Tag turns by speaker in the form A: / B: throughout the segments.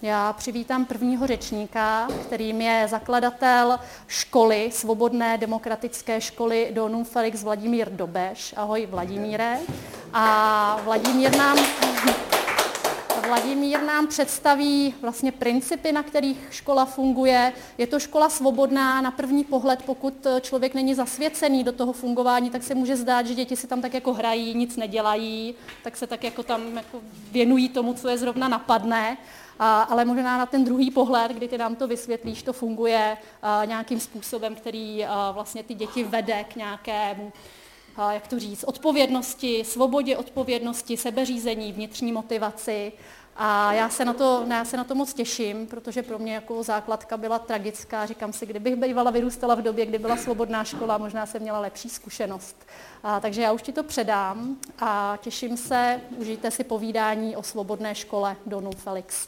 A: Já přivítám prvního řečníka, kterým je zakladatel školy, svobodné demokratické školy Donum Felix Vladimír Dobeš. Ahoj Vladimíre. A Vladimír nám představí vlastně principy, na kterých škola funguje. Je to škola svobodná, na první pohled, pokud člověk není zasvěcený do toho fungování, tak se může zdát, že děti si tam tak jako hrají, nic nedělají, tak se tak jako tam jako věnují tomu, co je zrovna napadne. Ale možná na ten druhý pohled, kdy ty nám to vysvětlíš, to funguje nějakým způsobem, který vlastně ty děti vede k nějakému, jak to říct, odpovědnosti, svobodě odpovědnosti, sebeřízení, vnitřní motivaci. A já se na to moc těším, protože pro mě jako základka byla tragická. Říkám si, kdybych bývala vyrůstala v době, kdy byla svobodná škola, možná jsem měla lepší zkušenost. Takže já už ti to předám a těším se, užijte si povídání o svobodné škole Donum Felix.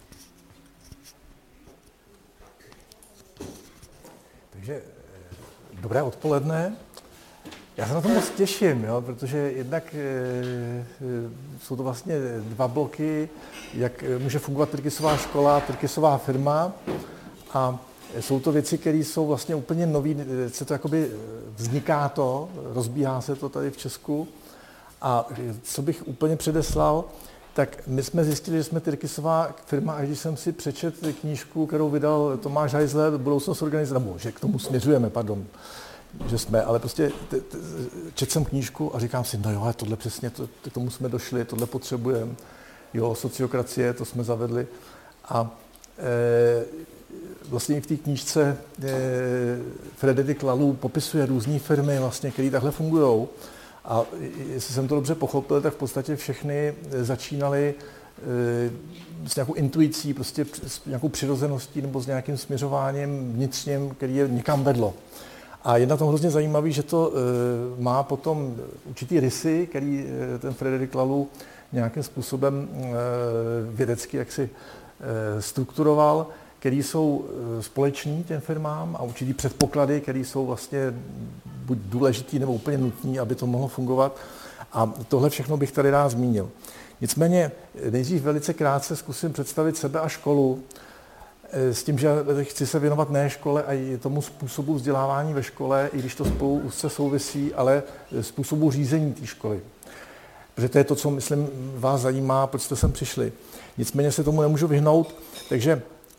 B: Takže dobré odpoledne. Já se na to moc těším, jo, protože jednak jsou to vlastně dva bloky, jak může fungovat Tyrkisová škola, Tyrkisová firma, a jsou to věci, které jsou vlastně úplně nový, se to jakoby vzniká to, rozbíhá se to tady v Česku. A co bych úplně předeslal, tak my jsme zjistili, že jsme Tyrkisová firma, až když jsem si přečetl knížku, kterou vydal Tomáš Heisler, Budoucnost organizace, nebo že k tomu směřujeme, pardon, že jsme, ale prostě četl jsem knížku a říkám si, no jo, ale tohle přesně, k tomu jsme došli, tohle potřebujeme, jo, sociokracie, to jsme zavedli. A vlastně i v té knížce Frédéric Laloux popisuje různé firmy, vlastně, které takhle fungují. A jestli jsem to dobře pochopil, tak v podstatě všechny začínaly s nějakou intuicí, prostě s nějakou přirozeností nebo s nějakým směřováním vnitřním, který je někam vedlo. A je na tom hrozně zajímavé, že to má potom určitý rysy, který ten Frédéric Laloux nějakým způsobem vědecky jaksi strukturoval, který jsou společný těm firmám a určitý předpoklady, které jsou vlastně buď důležitý nebo úplně nutný, aby to mohlo fungovat. A tohle všechno bych tady rád zmínil. Nicméně nejdřív velice krátce zkusím představit sebe a školu, s tím, že chci se věnovat ne škole a i tomu způsobu vzdělávání ve škole, i když to spolu úzce souvisí, ale způsobu řízení té školy. Protože to je to, co, myslím, vás zajímá, proč jste sem přišli. Nicméně se tomu nemůžu vyhnout, takže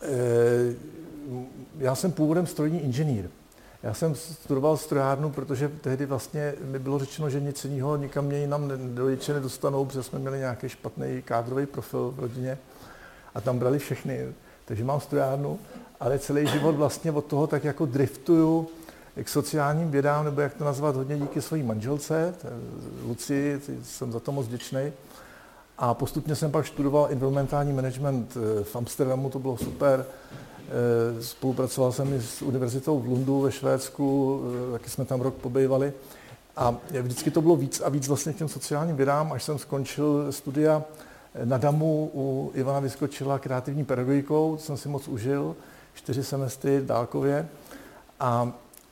B: já jsem původem strojní inženýr. Já jsem studoval strojárnu, protože tehdy vlastně mi bylo řečeno, že nic jiného nikam mě jinam rodiče nedostanou, protože jsme měli nějaký špatný kádrový profil v rodině a tam brali všechny. Takže mám strojárnu, ale celý život vlastně od toho tak jako driftuju k sociálním vědám, nebo jak to nazvat, hodně díky své manželce, Lucii, jsem za to moc vděčný. A postupně jsem pak studoval environmentální management v Amsterdamu, to bylo super. Spolupracoval jsem i s univerzitou v Lundu ve Švédsku, taky jsme tam rok pobývali. A vždycky to bylo víc a víc vlastně k těm sociálním vědám, až jsem skončil studia na DAMu u Ivana Vyskočila kreativní pedagogikou, to jsem si moc užil, 4 semestry dálkově. A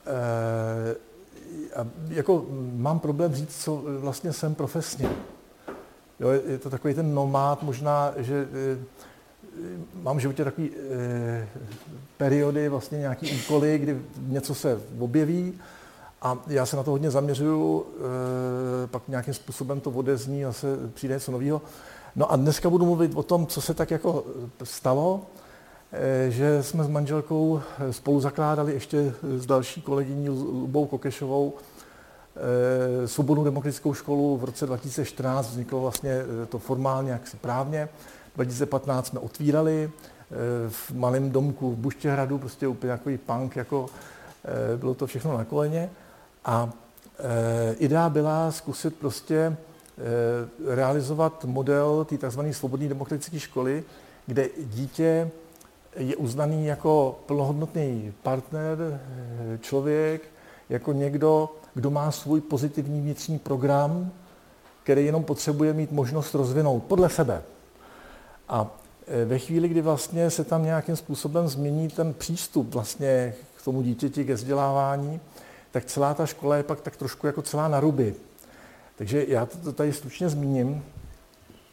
B: jako mám problém říct, co vlastně jsem profesně. Jo, je to takový ten nomád, možná, že mám v životě takový periody, vlastně nějaký úkoly, kdy něco se objeví a já se na to hodně zaměřuju, pak nějakým způsobem to odezní a zase přijde něco nového. No a dneska budu mluvit o tom, co se tak jako stalo, že jsme s manželkou spolu zakládali ještě s další kolegyní Lubou Kokešovou Svobodnou demokratickou školu v roce 2014, vzniklo vlastně to formálně jaksi právně. 2015 jsme otvírali v malém domku v Buštěhradu, prostě úplně takový punk, jako bylo to všechno na koleně. A idea byla zkusit prostě realizovat model té tzv. Svobodné demokratické školy, kde dítě je uznaný jako plnohodnotný partner, člověk, jako někdo, kdo má svůj pozitivní vnitřní program, který jenom potřebuje mít možnost rozvinout podle sebe. A ve chvíli, kdy vlastně se tam nějakým způsobem změní ten přístup vlastně k tomu dítěti, ke vzdělávání, tak celá ta škola je pak tak trošku jako celá na ruby. Takže já to tady stručně zmíním.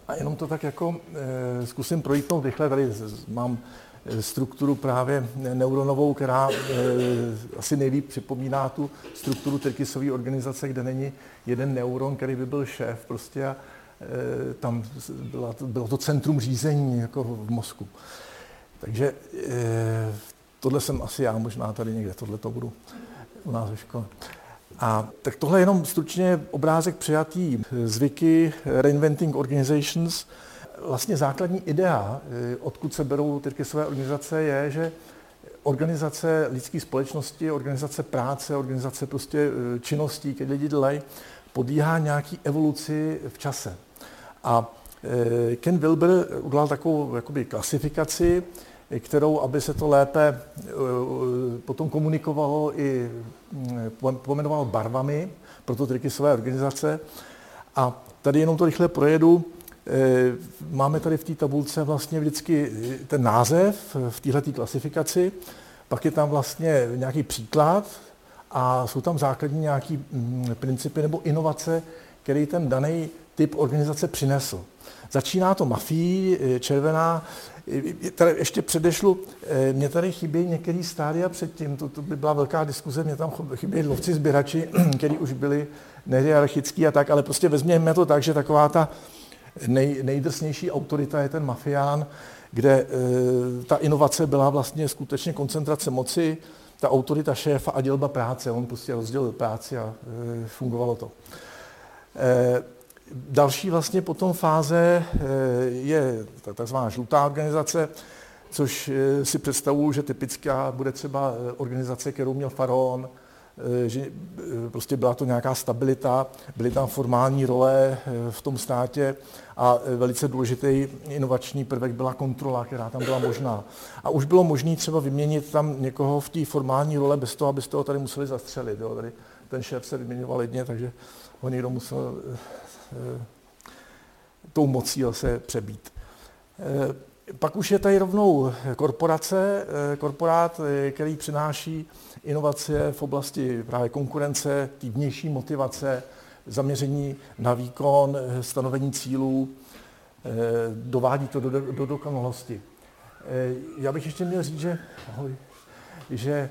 B: A jenom to tak jako zkusím projítnout rychle. Tady mám strukturu právě neuronovou, která asi nejlíp připomíná tu strukturu Tyrkisovy organizace, kde není jeden neuron, který by byl šéf prostě a tam bylo to centrum řízení jako v mozku. Takže tohle jsem asi já, možná tady někde, tohle to budu u nás ve škole. A tak tohle je jenom stručně obrázek přijatý zvyky Reinventing Organizations. Vlastně základní idea, odkud se berou Tyrkisové organizace, je, že organizace lidské společnosti, organizace práce, organizace prostě činností, které lidi dělají, podléhá nějaký evoluci v čase. A Ken Wilber udělal takovou jakoby klasifikaci, kterou, aby se to lépe potom komunikovalo i pomenoval barvami, proto Tyrkisové organizace. A tady jenom to rychle projedu. Máme tady v té tabulce vlastně vždycky ten název v této klasifikaci, pak je tam vlastně nějaký příklad a jsou tam základní nějaký principy nebo inovace, který ten daný typ organizace přinesl. Začíná to mafií, červená, tady ještě předešlu, mě tady chybí některý stádia předtím, to by byla velká diskuze, mě tam chybí lovci sběrači, kteří už byli nehierarchický a tak, ale prostě vezměme to tak, že taková ta nejdrsnější autorita je ten mafián, kde ta inovace byla vlastně skutečně koncentrace moci, ta autorita šéfa a dělba práce, on prostě rozdělil práci a fungovalo to. Další vlastně potom fáze je takzvaná žlutá organizace, což si představuju, že typická bude třeba organizace, kterou měl faraon, že prostě byla to nějaká stabilita, byly tam formální role v tom státě a velice důležitý inovační prvek byla kontrola, která tam byla možná. A už bylo možné třeba vyměnit tam někoho v té formální role bez toho, abyste ho tady museli zastřelit. Jo. Tady ten šéf se vyměňoval jedně, takže ho někdo musel tou mocí se přebít. Pak už je tady rovnou korporát, který přináší inovace v oblasti právě konkurence, té vnější motivace, zaměření na výkon, stanovení cílů, dovádí to do dokonalosti. Já bych ještě měl říct, že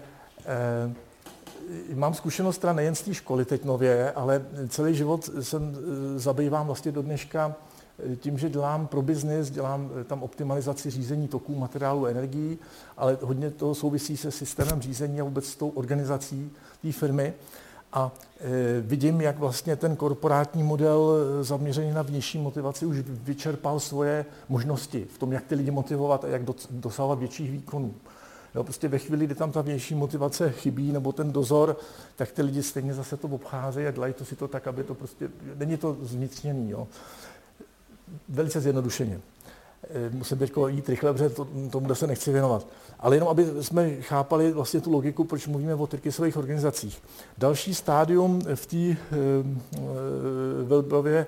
B: mám zkušenost teda nejen z té školy teď nově, ale celý život jsem zabývám vlastně do dneška tím, že dělám pro biznis, dělám tam optimalizaci řízení toků, materiálu, energií, ale hodně toho souvisí se systémem řízení a vůbec s tou organizací té firmy. A vidím, jak vlastně ten korporátní model zaměřený na vnější motivaci už vyčerpal svoje možnosti v tom, jak ty lidi motivovat a jak dosahovat větších výkonů. Jo, prostě ve chvíli, kdy tam ta vnější motivace chybí, nebo ten dozor, tak ty lidi stejně zase to obcházejí a dělají to si to tak, aby to prostě, není to zvnitřněný. Jo. Velice zjednodušeně. Musím teď jít rychle, protože tomu se nechci věnovat. Ale jenom, aby jsme chápali vlastně tu logiku, proč mluvíme o Tyrkisových organizacích. Další stádium v té Wilberově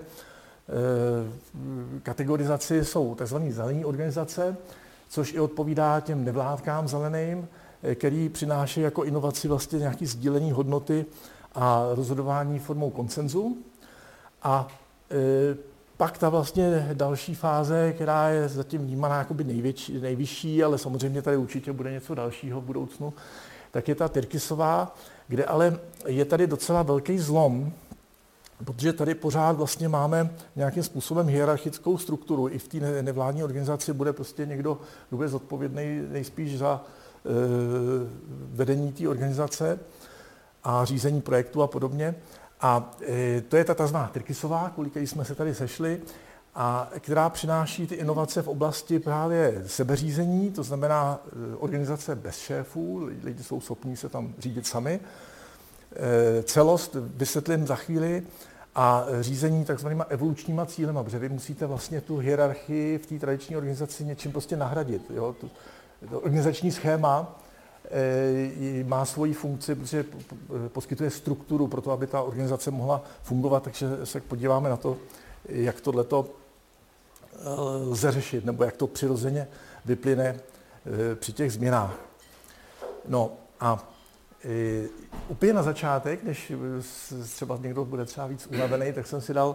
B: kategorizaci jsou tzv. Zelené organizace, což i odpovídá těm nevládkám zeleným, který přináší jako inovaci vlastně nějaké sdílení hodnoty a rozhodování formou konsenzu. A pak ta vlastně další fáze, která je zatím vnímaná jako nejvyšší, ale samozřejmě tady určitě bude něco dalšího v budoucnu, tak je ta Tyrkisová, kde ale je tady docela velký zlom, protože tady pořád vlastně máme nějakým způsobem hierarchickou strukturu. I v té nevládní organizaci bude prostě někdo, kdo bude zodpovědný nejspíš za vedení té organizace a řízení projektu a podobně. A to je ta tzv. Tyrkisová, kvůli které jsme se tady sešli, a která přináší ty inovace v oblasti právě sebeřízení, to znamená organizace bez šéfů, lidi jsou schopní se tam řídit sami. Celost vysvětlím za chvíli a řízení takzvanýma evolučníma cílema, protože vy musíte vlastně tu hierarchii v té tradiční organizaci něčím prostě nahradit. Jo? To organizační schéma má svoji funkci, protože poskytuje strukturu pro to, aby ta organizace mohla fungovat, takže se podíváme na to, jak tohleto lze řešit, nebo jak to přirozeně vyplyne při těch změnách. No a úplně na začátek, než třeba někdo bude třeba víc unavený, tak jsem si dal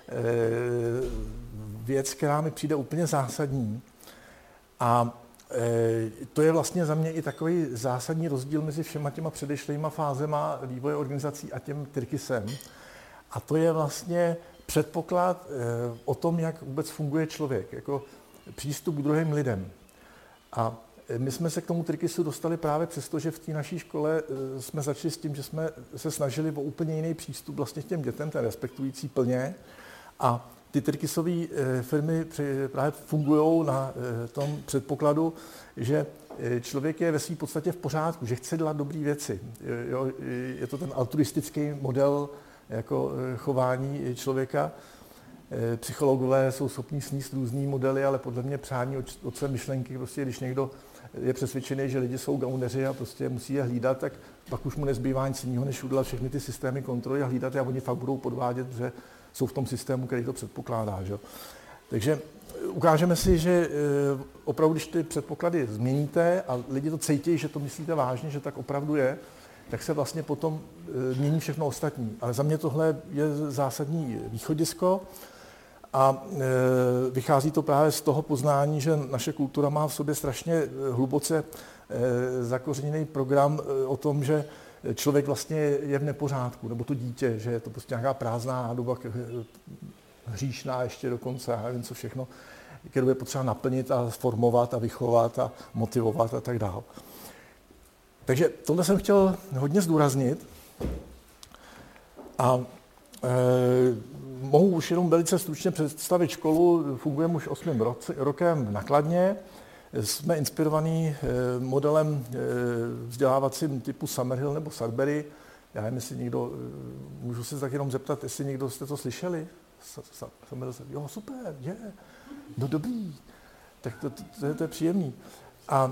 B: věc, která mi přijde úplně zásadní. A to je vlastně za mě i takový zásadní rozdíl mezi všema těma předešlejma fázema vývoje organizací a tím Tyrkisem. A to je vlastně předpoklad o tom, jak vůbec funguje člověk, jako přístup k druhým lidem. A my jsme se k tomu Tyrkisu dostali právě přesto, že v té naší škole jsme začali s tím, že jsme se snažili o úplně jiný přístup vlastně k těm dětem, ten respektující plně. A ty Tyrkisové firmy právě fungují na tom předpokladu, že člověk je ve své podstatě v pořádku, že chce dělat dobré věci. Je to ten altruistický model jako chování člověka. Psychologové jsou schopní sníst různý modely, ale podle mě přání od své myšlenky, prostě když někdo je přesvědčený, že lidi jsou gauneři a prostě musí je hlídat, tak pak už mu nezbývá nic jiného, než udělat všechny ty systémy kontroly a hlídat a oni fakt budou podvádět, že jsou v tom systému, který to předpokládá. Že? Takže ukážeme si, že opravdu, když ty předpoklady změníte a lidi to cítí, že to myslíte vážně, že tak opravdu je, tak se vlastně potom mění všechno ostatní. Ale za mě tohle je zásadní východisko a vychází to právě z toho poznání, že naše kultura má v sobě strašně hluboce zakořeněný program o tom, že člověk vlastně je v nepořádku, nebo to dítě, že je to prostě nějaká prázdná nádoba, hříšná ještě dokonce, já nevím co všechno, kterou je potřeba naplnit a formovat a vychovat a motivovat a tak dále. Takže tohle jsem chtěl hodně zdůraznit a mohu už jenom velice stručně představit školu, fungujeme už 8. rokem na Kladně, jsme inspirovaní modelem vzdělávacím typu Summerhill nebo Sudbury. Já nevím, jestli někdo, můžu se tak jenom zeptat, jestli někdo jste to slyšeli? Jo, super, je, no dobrý, tak to je příjemný. A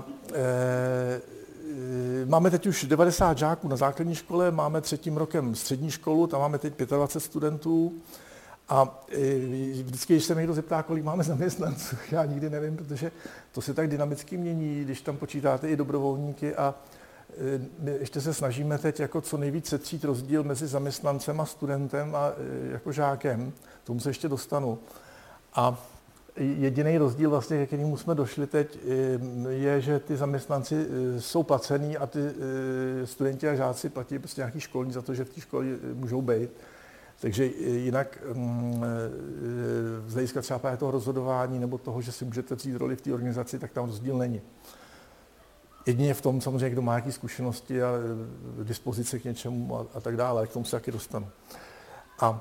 B: máme teď už 90 žáků na základní škole, máme 3. rokem střední školu, tam máme teď 25 studentů. A vždycky, když se někdo zeptá, kolik máme zaměstnanců, já nikdy nevím, protože to se tak dynamicky mění, když tam počítáte i dobrovolníky a my ještě se snažíme teď jako co nejvíc setřít rozdíl mezi zaměstnancem a studentem a jako žákem, k tomu se ještě dostanu. A jediný rozdíl, vlastně, ke kterému jsme došli teď, je, že ty zaměstnanci jsou placený a ty studenti a žáci platí prostě nějaký školní za to, že v té škole můžou být. Takže jinak z hlediska třeba právě toho rozhodování nebo toho, že si můžete vzít roli v té organizaci, tak tam rozdíl není. Jedině v tom samozřejmě, kdo má nějaké zkušenosti a dispozice k něčemu a tak dále, k tomu se taky dostanu. A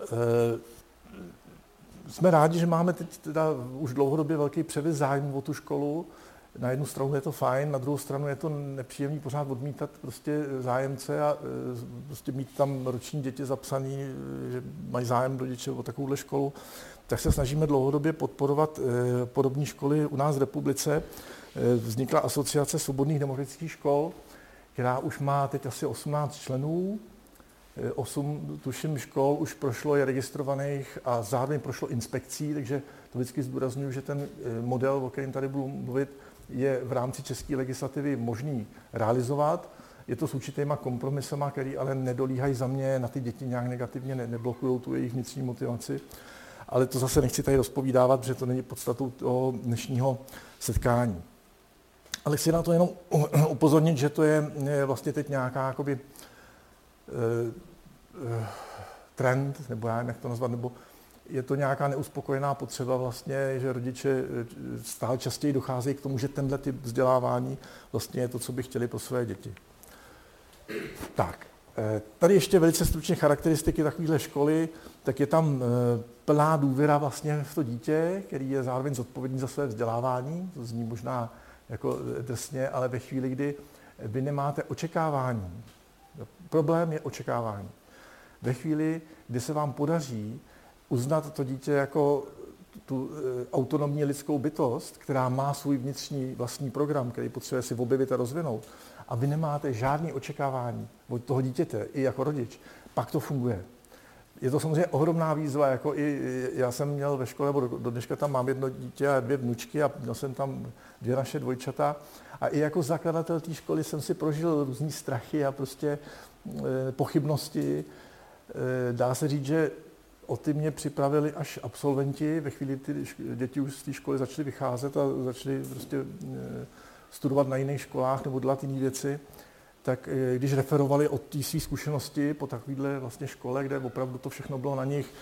B: jsme rádi, že máme teď teda už dlouhodobě velký převis zájmu o tu školu. Na jednu stranu je to fajn, na druhou stranu je to nepříjemný pořád odmítat prostě zájemce a prostě mít tam roční děti zapsaný, že mají zájem rodiče o takovouhle školu. Tak se snažíme dlouhodobě podporovat podobné školy u nás v republice. Vznikla Asociace svobodných demokratických škol, která už má teď asi 18 členů. 8, tuším, škol už prošlo, je registrovaných a zároveň prošlo inspekcí, takže to vždycky zdůraznuju, že ten model, o kterém tady budu mluvit, je v rámci české legislativy možný realizovat. Je to s určitýma kompromisama, který ale nedolíhají za mě na ty děti nějak negativně, neblokují tu jejich vnitřní motivaci. Ale to zase nechci tady rozpovídávat, protože to není podstatou toho dnešního setkání. Ale chci na to jenom upozornit, že to je vlastně teď nějaká jakoby, trend, nebo já nevím, jak to nazvat, nebo je to nějaká neuspokojená potřeba vlastně, že rodiče stále častěji docházejí k tomu, že tenhle typ vzdělávání vlastně je to, co by chtěli pro své děti. Tak, tady ještě velice stručně charakteristiky takovéhle školy, tak je tam plná důvěra vlastně v to dítě, který je zároveň zodpovědný za své vzdělávání, to zní možná jako drsně, ale ve chvíli, kdy vy nemáte očekávání, problém je očekávání. Ve chvíli, kdy se vám podaří uznat to dítě jako tu autonomní lidskou bytost, která má svůj vnitřní vlastní program, který potřebuje si objevit a rozvinout, a vy nemáte žádné očekávání od toho dítěte, i jako rodič, pak to funguje. Je to samozřejmě ohromná výzva, jako i já jsem měl ve škole, nebo do dneška tam mám 1 dítě a 2 vnučky a měl jsem tam 2 naše dvojčata a i jako zakladatel té školy jsem si prožil různý strachy a prostě pochybnosti. Dá se říct, že O ty mě připravili až absolventi, ve chvíli ty děti už z té školy začaly vycházet a začaly prostě studovat na jiných školách nebo dělat jiné věci, tak když referovali o té své zkušenosti po takovéhle vlastně škole, kde opravdu to všechno bylo na nich,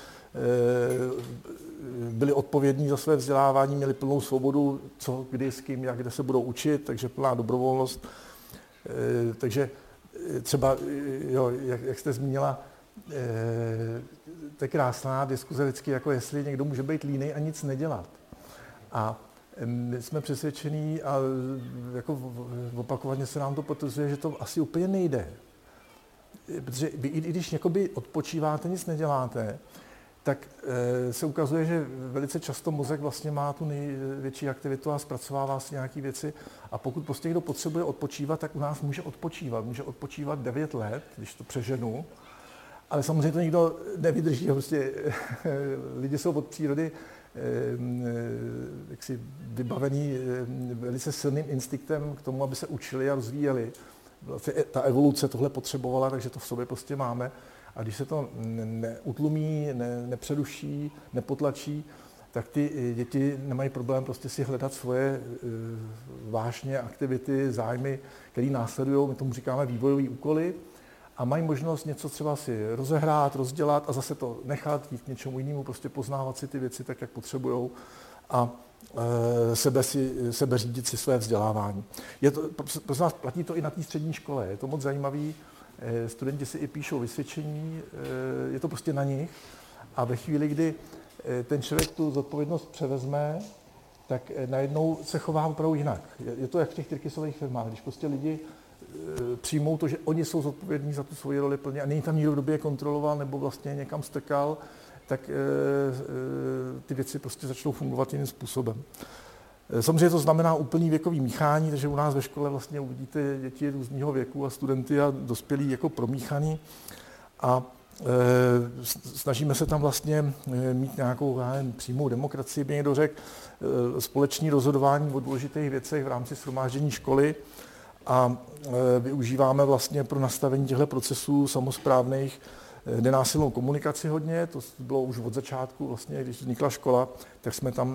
B: byli odpovědní za své vzdělávání, měli plnou svobodu, co, kdy, s kým, jak, kde se budou učit, takže plná dobrovolnost. Takže třeba, jo, jak jste zmínila, to je krásná diskuze vždycky, jako jestli někdo může být línej a nic nedělat. A my jsme přesvědčení a jako opakovaně se nám to potvrzuje, že to asi úplně nejde. Protože vy, i když jakoby odpočíváte, nic neděláte, tak se ukazuje, že velice často mozek vlastně má tu největší aktivitu a zpracovává si nějaké věci. A pokud prostě někdo potřebuje odpočívat, tak u nás může odpočívat. Může odpočívat 9 let, když to přeženu. Ale samozřejmě to nikdo nevydrží. Prostě lidi jsou od přírody jaksi vybavený velice silným instinktem k tomu, aby se učili a rozvíjeli. Vlastně ta evoluce tohle potřebovala, takže to v sobě prostě máme. A když se to neutlumí, nepřeruší, nepotlačí, tak ty děti nemají problém prostě si hledat svoje vášně, aktivity, zájmy, které následují, my tomu říkáme vývojové úkoly, a mají možnost něco třeba si rozehrát, rozdělat a zase to nechat, jít k něčemu jinému, prostě poznávat si ty věci tak, jak potřebujou a sebeřídit si své vzdělávání. Pro nás platí to i na té střední škole, je to moc zajímavý, studenti si i píšou vysvědčení, je to prostě na nich a ve chvíli, kdy ten člověk tu zodpovědnost převezme, tak najednou se chová opravdu jinak. Je to jak v těch tyrkysových firmách, když prostě lidi přijmou to, že oni jsou zodpovědní za tu svoji roli plně a není tam nikdo, kdo by je kontroloval nebo vlastně někam stekal, tak ty věci prostě začnou fungovat jiným způsobem. Samozřejmě to znamená úplný věkový míchání, takže u nás ve škole vlastně uvidíte děti různého věku a studenty a dospělí jako promíchaný a snažíme se tam vlastně mít nějakou přímou demokracii, by někdo řekl, společné rozhodování o důležitých věcech v rámci shromáždění školy a využíváme vlastně pro nastavení těchto procesů samosprávných nenásilnou komunikaci hodně, to bylo už od začátku, vlastně, když vznikla škola, tak jsme tam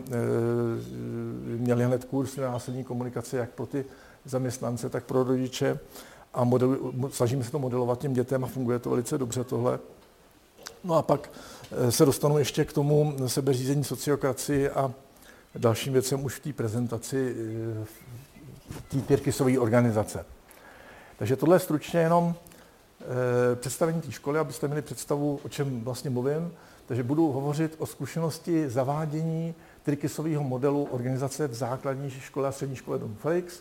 B: měli hned kurz nenásilní komunikace jak pro ty zaměstnance, tak pro rodiče a snažíme se to modelovat těm dětem a funguje to velice dobře tohle. No a pak se dostanu ještě k tomu sebeřízení, sociokracii a dalším věcem už v té prezentaci té tyrkysové organizace. Takže tohle je stručně jenom představení té školy, abyste měli představu, o čem vlastně mluvím. Takže budu hovořit o zkušenosti zavádění tyrkysového modelu organizace v základní škole a střední škole Don Felix.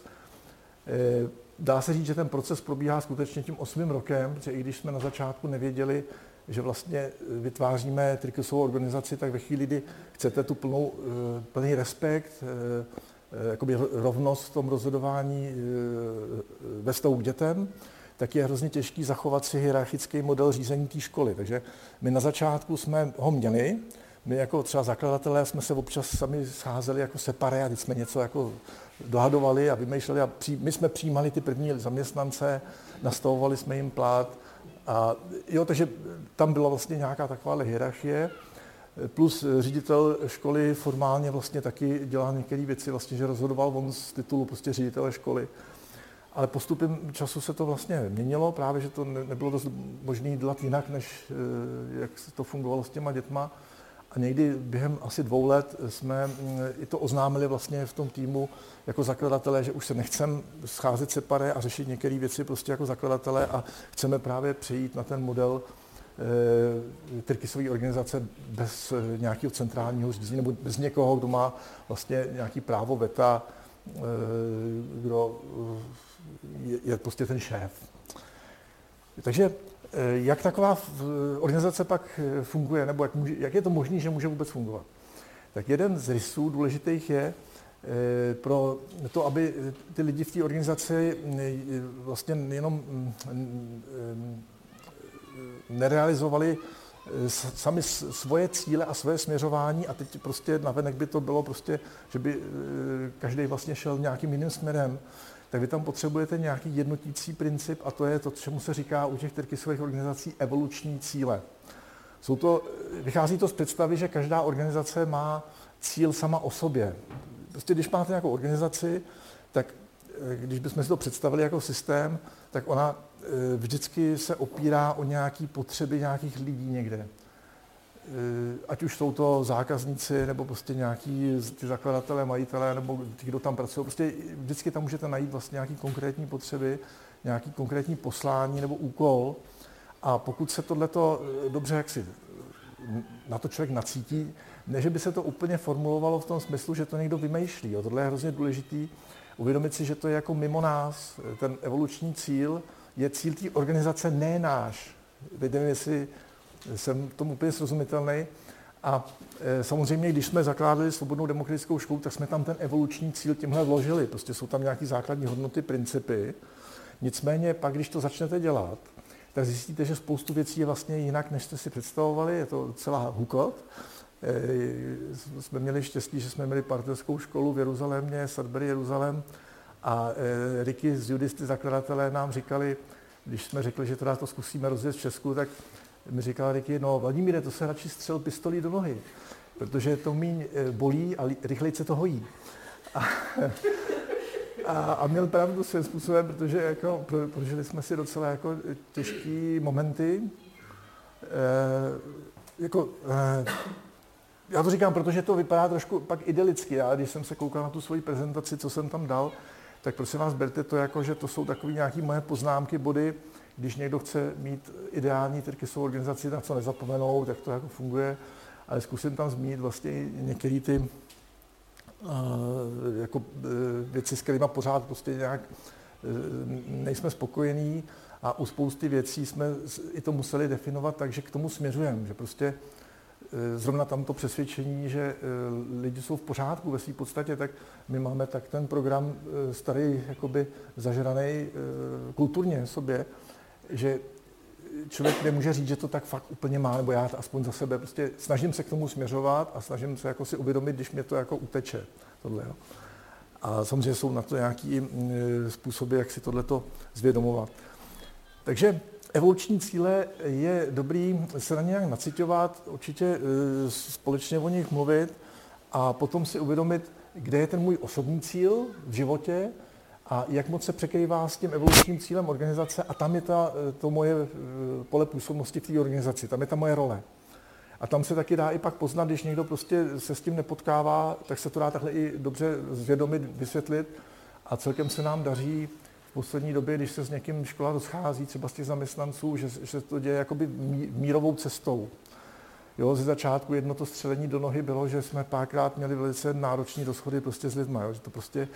B: Dá se říct, že ten proces probíhá skutečně tím 8. rokem, protože i když jsme na začátku nevěděli, že vlastně vytváříme tyrkysovou organizaci, tak ve chvíli, kdy chcete tu plný respekt, jakoby rovnost v tom rozhodování ve vztahu k dětem, tak je hrozně těžký zachovat si hierarchický model řízení té školy. Takže my na začátku jsme ho měli, my jako třeba zakladatelé jsme se občas sami scházeli jako separé a teď jsme něco jako dohadovali a vymýšleli a my jsme přijímali ty první zaměstnance, nastavovali jsme jim plat a jo, takže tam byla vlastně nějaká taková hierarchie, plus ředitel školy formálně vlastně taky dělal některé věci, vlastně, že rozhodoval on z titulu prostě ředitele školy. Ale postupem času se to vlastně měnilo, právě, že to nebylo dost možné dělat jinak, než jak to fungovalo s těma dětma. A někdy během asi 2 let jsme i to oznámili vlastně v tom týmu jako zakladatelé, že už se nechceme scházet separé a řešit některé věci prostě jako zakladatelé a chceme právě přejít na ten model tyrkysové organizace bez nějakého centrálního řízení nebo bez někoho, kdo má vlastně nějaký právo veta, kdo je prostě ten šéf. Takže jak taková organizace pak funguje, nebo jak je to možné, že může vůbec fungovat? Tak jeden z rysů důležitých je pro to, aby ty lidi v té organizaci vlastně jenom nerealizovali sami svoje cíle a svoje směřování a teď prostě navenek by to bylo prostě, že by každý vlastně šel nějakým jiným směrem, tak vy tam potřebujete nějaký jednotící princip a to je to, čemu se říká u těch tyrkysových organizací evoluční cíle. Vychází to z představy, že každá organizace má cíl sama o sobě. Prostě když máte nějakou organizaci, tak když bychom si to představili jako systém, tak ona vždycky se opírá o nějaké potřeby nějakých lidí někde. Ať už jsou to zákazníci, nebo prostě nějaký ty zakladatelé, majitelé, nebo ti, kdo tam pracují. Prostě vždycky tam můžete najít vlastně nějaké konkrétní potřeby, nějaký konkrétní poslání nebo úkol. A pokud se tohleto dobře jaksi na to člověk nacítí, ne, že by se to úplně formulovalo v tom smyslu, že to někdo vymýšlí. Jo. Tohle je hrozně důležitý. Uvědomit si, že to je jako mimo nás. Ten evoluční cíl je cíl té organizace, ne náš. Teď nevím, jestli jsem tomu úplně srozumitelný. A samozřejmě, když jsme zakládali Svobodnou demokratickou školu, tak jsme tam ten evoluční cíl tímhle vložili. Prostě jsou tam nějaké základní hodnoty, principy. Nicméně pak, když to začnete dělat, tak zjistíte, že spoustu věcí je vlastně jinak, než jste si představovali. Je to celá hukot. Jsme měli štěstí, že jsme měli partnerskou školu v Jeruzalémě, Sudbury Jeruzalém, a Ricky z Judisty, zakladatelé, nám říkali, když jsme řekli, že teda to zkusíme rozjet v Česku, tak mi říkal Ricky, no Vladimíre, to se radši střel pistolí do nohy, protože to míň bolí a rychleji se to hojí. A měl pravdu svým způsobem, protože jako, prožili jsme si docela jako těžký momenty. Já to říkám, protože to vypadá trošku pak idylicky. Já, když jsem se koukal na tu svoji prezentaci, co jsem tam dal, tak prosím vás, berte to jako, že to jsou takové nějaké moje poznámky, body. Když někdo chce mít ideální tyrkysovou organizaci, na co nezapomenout, jak to jako funguje, ale zkusím tam zmínit vlastně některé ty jako věci, s kterými pořád prostě nějak nejsme spokojení, a u spousty věcí jsme i to museli definovat tak, že k tomu směřujeme, že prostě zrovna tamto přesvědčení, že lidi jsou v pořádku ve své podstatě, tak my máme tak ten program starý, jakoby zažraný kulturně v sobě, že člověk nemůže říct, že to tak fakt úplně má, nebo já to aspoň za sebe prostě snažím se k tomu směřovat a snažím se jako si uvědomit, když mě to jako uteče. Tohle, jo. A samozřejmě jsou na to nějaký způsoby, jak si tohleto zvědomovat. Takže evoluční cíle je dobrý se na ně nějak naciťovat, určitě společně o nich mluvit a potom si uvědomit, kde je ten můj osobní cíl v životě a jak moc se překrývá s tím evolučním cílem organizace, a tam je to moje pole působnosti v té organizaci, tam je ta moje role. A tam se taky dá i pak poznat, když někdo prostě se s tím nepotkává, tak se to dá takhle i dobře zvědomit, vysvětlit, a celkem se nám daří v poslední době, když se s někým škola rozchází, třeba z těch zaměstnanců, že se to děje jakoby mírovou cestou. Jo, ze začátku jedno to střelení do nohy bylo, že jsme párkrát měli velice náročné rozchody prostě s lidma, jo, že to prostě,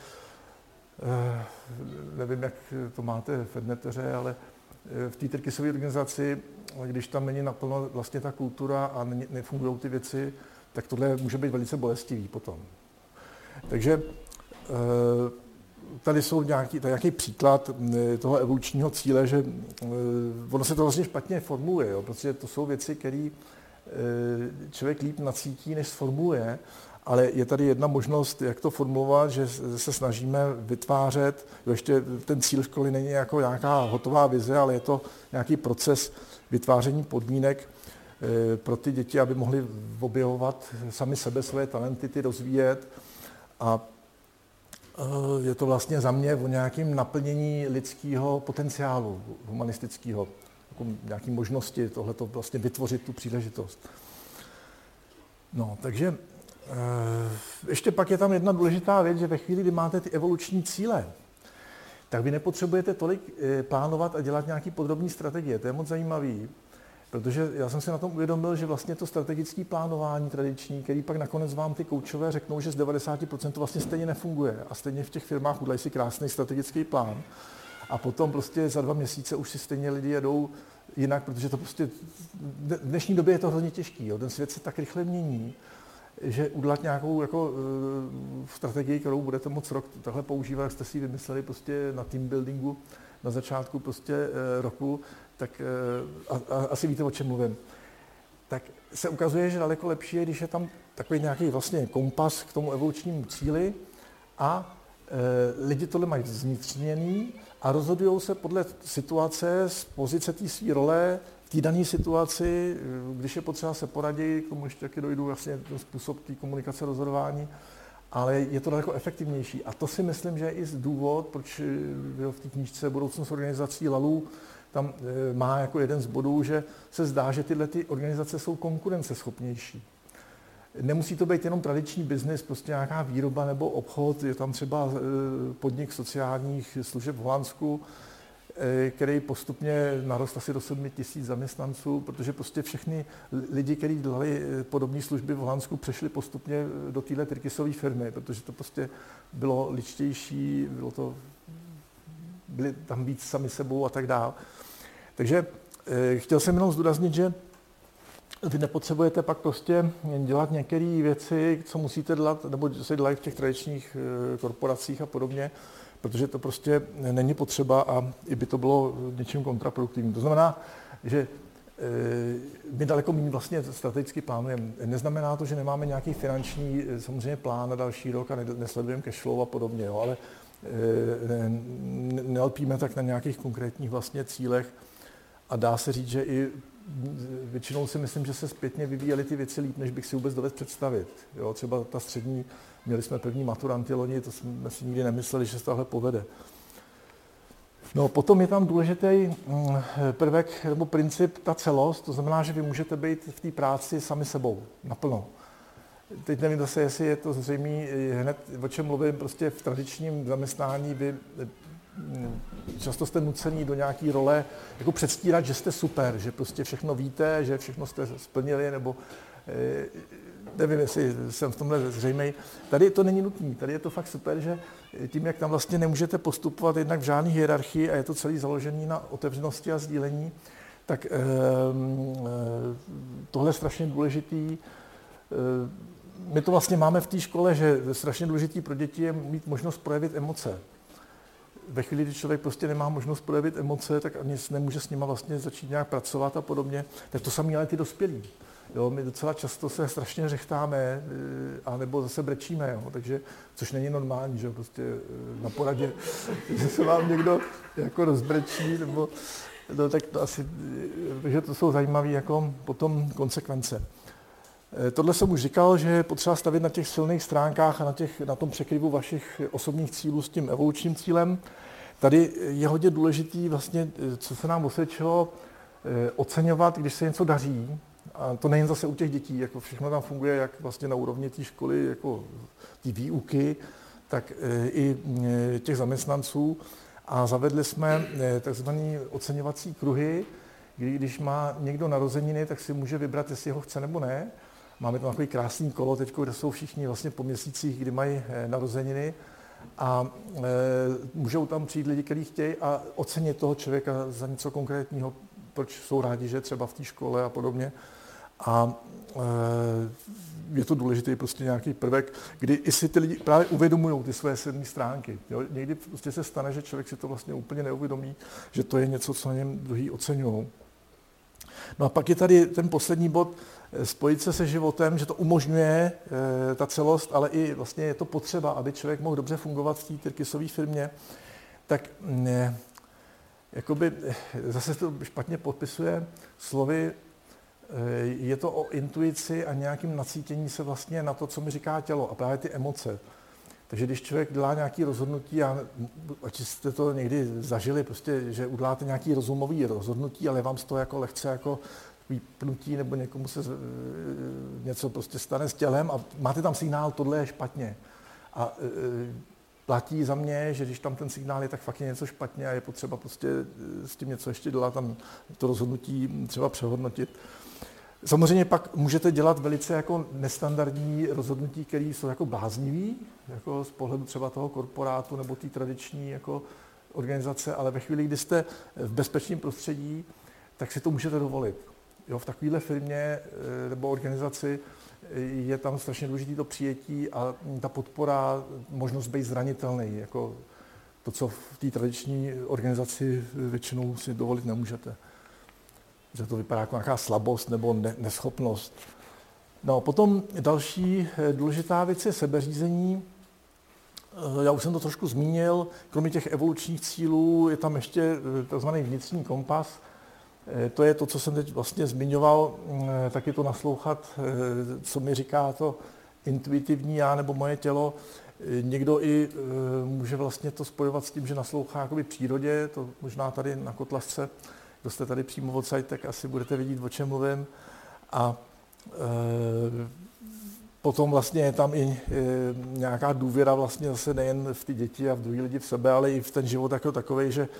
B: nevím, jak to máte v Edneteře, ale v té tyrkysové organizaci, když tam není naplno vlastně ta kultura a nefungují ty věci, tak tohle může být velice bolestivý potom. Takže tady jsou nějaký příklad toho evolučního cíle, že ono se to vlastně špatně formuluje, jo, protože to jsou věci, které člověk líp nacítí, než sformuluje, ale je tady jedna možnost, jak to formulovat, že se snažíme vytvářet, ještě ten cíl školy není jako nějaká hotová vize, ale je to nějaký proces vytváření podmínek pro ty děti, aby mohly objevovat sami sebe, své talenty, ty rozvíjet, a je to vlastně za mě o nějakém naplnění lidského potenciálu, humanistického, jako nějaké možnosti tohleto vlastně vytvořit tu příležitost. No, takže ještě pak je tam jedna důležitá věc, že ve chvíli, kdy máte ty evoluční cíle, tak vy nepotřebujete tolik plánovat a dělat nějaký podrobný strategie. To je moc zajímavý, protože já jsem si na tom uvědomil, že vlastně to strategické plánování tradiční, který pak nakonec vám ty koučové řeknou, že z 90% to vlastně stejně nefunguje. A stejně v těch firmách udělají si krásný strategický plán. A potom prostě za 2 měsíce už si stejně lidi jedou jinak, protože to prostě v dnešní době je to hrozně těžký. Jo. Ten svět se tak rychle mění, že udělat nějakou jako strategii, kterou budete moc rok takhle používat, jak jste si vymysleli prostě na team buildingu na začátku prostě roku, tak asi víte, o čem mluvím. Tak se ukazuje, že daleko lepší je, když je tam takový nějaký vlastně kompas k tomu evolučnímu cíli a lidi tohle mají zvnitřněný a rozhodují se podle situace z pozice té své role té dané situaci, když je potřeba se poradit, k tomu ještě taky dojdu vlastně ten způsob té komunikace, rozhodování, ale je to daleko efektivnější. A to si myslím, že je i důvod, proč v té knížce Budoucnost organizací LALU tam má jako jeden z bodů, že se zdá, že tyhle ty organizace jsou konkurenceschopnější. Nemusí to být jenom tradiční biznis, prostě nějaká výroba nebo obchod, je tam třeba podnik sociálních služeb v Holandsku, který postupně narostl asi do 7 000 zaměstnanců, protože prostě všechny lidi, kteří dělali podobné služby v Holandsku, přešli postupně do téhle tyrkysové firmy, protože to prostě bylo ličtější, byli tam víc sami sebou a tak dále. Takže chtěl jsem jenom zdůraznit, že vy nepotřebujete pak prostě dělat některé věci, co musíte dělat, nebo se dělají v těch tradičních korporacích a podobně, protože to prostě není potřeba a i by to bylo něčím kontraproduktivním. To znamená, že my daleko méně vlastně strategicky plánujeme. Neznamená to, že nemáme nějaký finanční samozřejmě plán na další rok a nesledujeme cash flow a podobně, jo, ale nelpíme tak na nějakých konkrétních vlastně cílech a dá se říct, že i většinou si myslím, že se zpětně vyvíjely ty věci líp, než bych si vůbec dovedl představit. Jo, třeba ta střední, měli jsme první maturanty loni, to jsme si nikdy nemysleli, že se tohle povede. No, potom je tam důležitý prvek nebo princip, ta celost, to znamená, že vy můžete být v té práci sami sebou, naplno. Teď nevím zase, jestli je to zřejmé, hned o čem mluvím, prostě v tradičním zaměstnání vy často jste nucení do nějaké role, jako předstírat, že jste super, že prostě všechno víte, že všechno jste splnili, nebo nevím, jestli jsem v tomhle zřejmej. Tady to není nutné, tady je to fakt super, že tím, jak tam vlastně nemůžete postupovat jednak v žádné hierarchii a je to celý založený na otevřenosti a sdílení, tak tohle je strašně důležitý. My to vlastně máme v té škole, že strašně důležitý pro děti je mít možnost projevit emoce. Ve chvíli, kdy člověk prostě nemá možnost projevit emoce, tak ani nemůže s nima vlastně začít nějak pracovat a podobně. Tak to samé ale ty dospělí. Jo, my docela často se strašně řechtáme, anebo zase brečíme, jo, takže, což není normální, že prostě na poradě, že se vám někdo jako rozbrečí, nebo no, tak to asi, takže to jsou zajímavé jako potom konsekvence. Tohle jsem už říkal, že je potřeba stavit na těch silných stránkách a na tom překryvu vašich osobních cílů s tím evolučním cílem. Tady je hodně důležitý vlastně, co se nám osvědčilo, oceňovat, když se něco daří. A to nejen zase u těch dětí, jako všechno tam funguje jak vlastně na úrovni té školy, jako té výuky, tak i těch zaměstnanců. A zavedli jsme takzvané oceňovací kruhy, kdy když má někdo narozeniny, tak si může vybrat, jestli ho chce nebo ne. Máme tam takový krásný kolo teď, kde jsou všichni vlastně po měsících, kdy mají narozeniny a můžou tam přijít lidi, kteří chtějí a ocenit toho člověka za něco konkrétního, proč jsou rádi, že třeba v té škole a podobně. A je to důležitý prostě nějaký prvek, kdy i si ty lidi právě uvědomují ty své silné stránky. Jo? Někdy prostě se stane, že člověk si to vlastně úplně neuvědomí, že to je něco, co na něm druhý oceňují. No a pak je tady ten poslední bod, spojit se životem, že to umožňuje ta celost, ale i vlastně je to potřeba, aby člověk mohl dobře fungovat v té tyrkysové firmě, tak jakoby zase to špatně popisuje slovy, je to o intuici a nějakým nacítění se vlastně na to, co mi říká tělo a právě ty emoce. Takže když člověk dělá nějaké rozhodnutí, ať jste to někdy zažili, prostě, že uděláte nějaké rozumové rozhodnutí, ale vám z toho jako lehce jako pnutí nebo někomu se něco prostě stane s tělem a máte tam signál, tohle je špatně. A platí za mě, že když tam ten signál je, tak fakt je něco špatně a je potřeba prostě s tím něco ještě dělat, tam to rozhodnutí třeba přehodnotit. Samozřejmě pak můžete dělat velice jako nestandardní rozhodnutí, které jsou jako bláznivý, jako z pohledu třeba toho korporátu nebo té tradiční jako organizace, ale ve chvíli, kdy jste v bezpečném prostředí, tak si to můžete dovolit. Jo, v takovéhle firmě nebo organizaci je tam strašně důležité to přijetí a ta podpora, možnost být zranitelný, jako to, co v té tradiční organizaci většinou si dovolit nemůžete. Že to vypadá jako nějaká slabost nebo neschopnost. No, potom další důležitá věc je sebeřízení. Já už jsem to trošku zmínil, kromě těch evolučních cílů je tam ještě tzv. Vnitřní kompas. To je to, co jsem teď vlastně zmiňoval, taky to naslouchat, co mi říká to intuitivní já nebo moje tělo. Někdo i může vlastně to spojovat s tím, že naslouchá jakoby přírodě, to možná tady na Kotlařce, kdo jste tady přímo odsaď, tak asi budete vidět, o čem mluvím. A potom vlastně je tam i nějaká důvěra vlastně zase nejen v ty děti a v druhý lidi v sebe, ale i v ten život jako takovej, že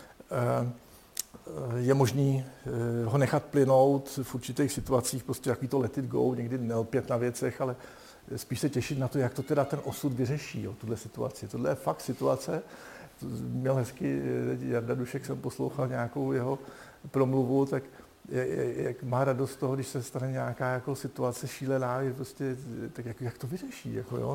B: je možný ho nechat plynout v určitých situacích, prostě jaký to let it go, někdy nelpět na věcech, ale spíš se těšit na to, jak to teda ten osud vyřeší, jo, tuhle situaci. Tohle je fakt situace, měl hezky Jarda Dušek, jsem poslouchal nějakou jeho promluvu, tak jak má radost z toho, když se stane nějaká jako situace šílená, je prostě, tak jak to vyřeší, jako, jo,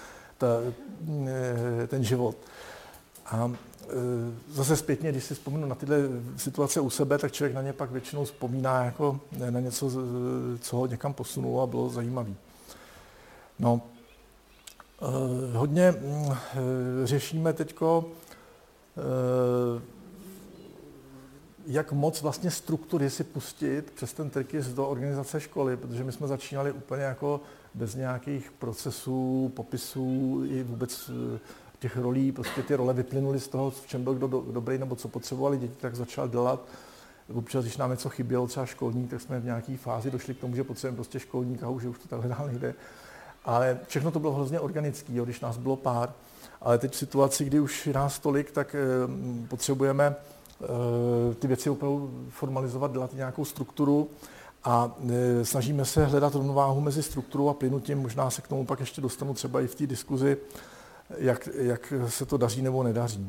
B: ten život. A zase zpětně, když si vzpomenu na tyhle situace u sebe, tak člověk na ně pak většinou vzpomíná jako na něco, co ho někam posunulo a bylo zajímavé. No, hodně řešíme teďko, jak moc vlastně struktury si pustit přes ten trikis do organizace školy, protože my jsme začínali úplně jako bez nějakých procesů, popisů i vůbec těch rolí, prostě ty role vyplynuly z toho, v čem byl kdo dobrý nebo co potřebovali děti, tak začal dělat. Občas, když nám něco chybělo, třeba školník, tak jsme v nějaké fázi došli k tomu, že potřebujeme prostě školníka, že už to takhle dál nejde. Ale všechno to bylo hrozně organický, jo, když nás bylo pár. Ale teď v situaci, kdy už je nás tolik, tak potřebujeme ty věci opravdu formalizovat, dělat nějakou strukturu a snažíme se hledat rovnováhu mezi strukturou a plynutím. Možná se k tomu pak ještě dostanu třeba i v té diskuzi, jak se to daří nebo nedaří.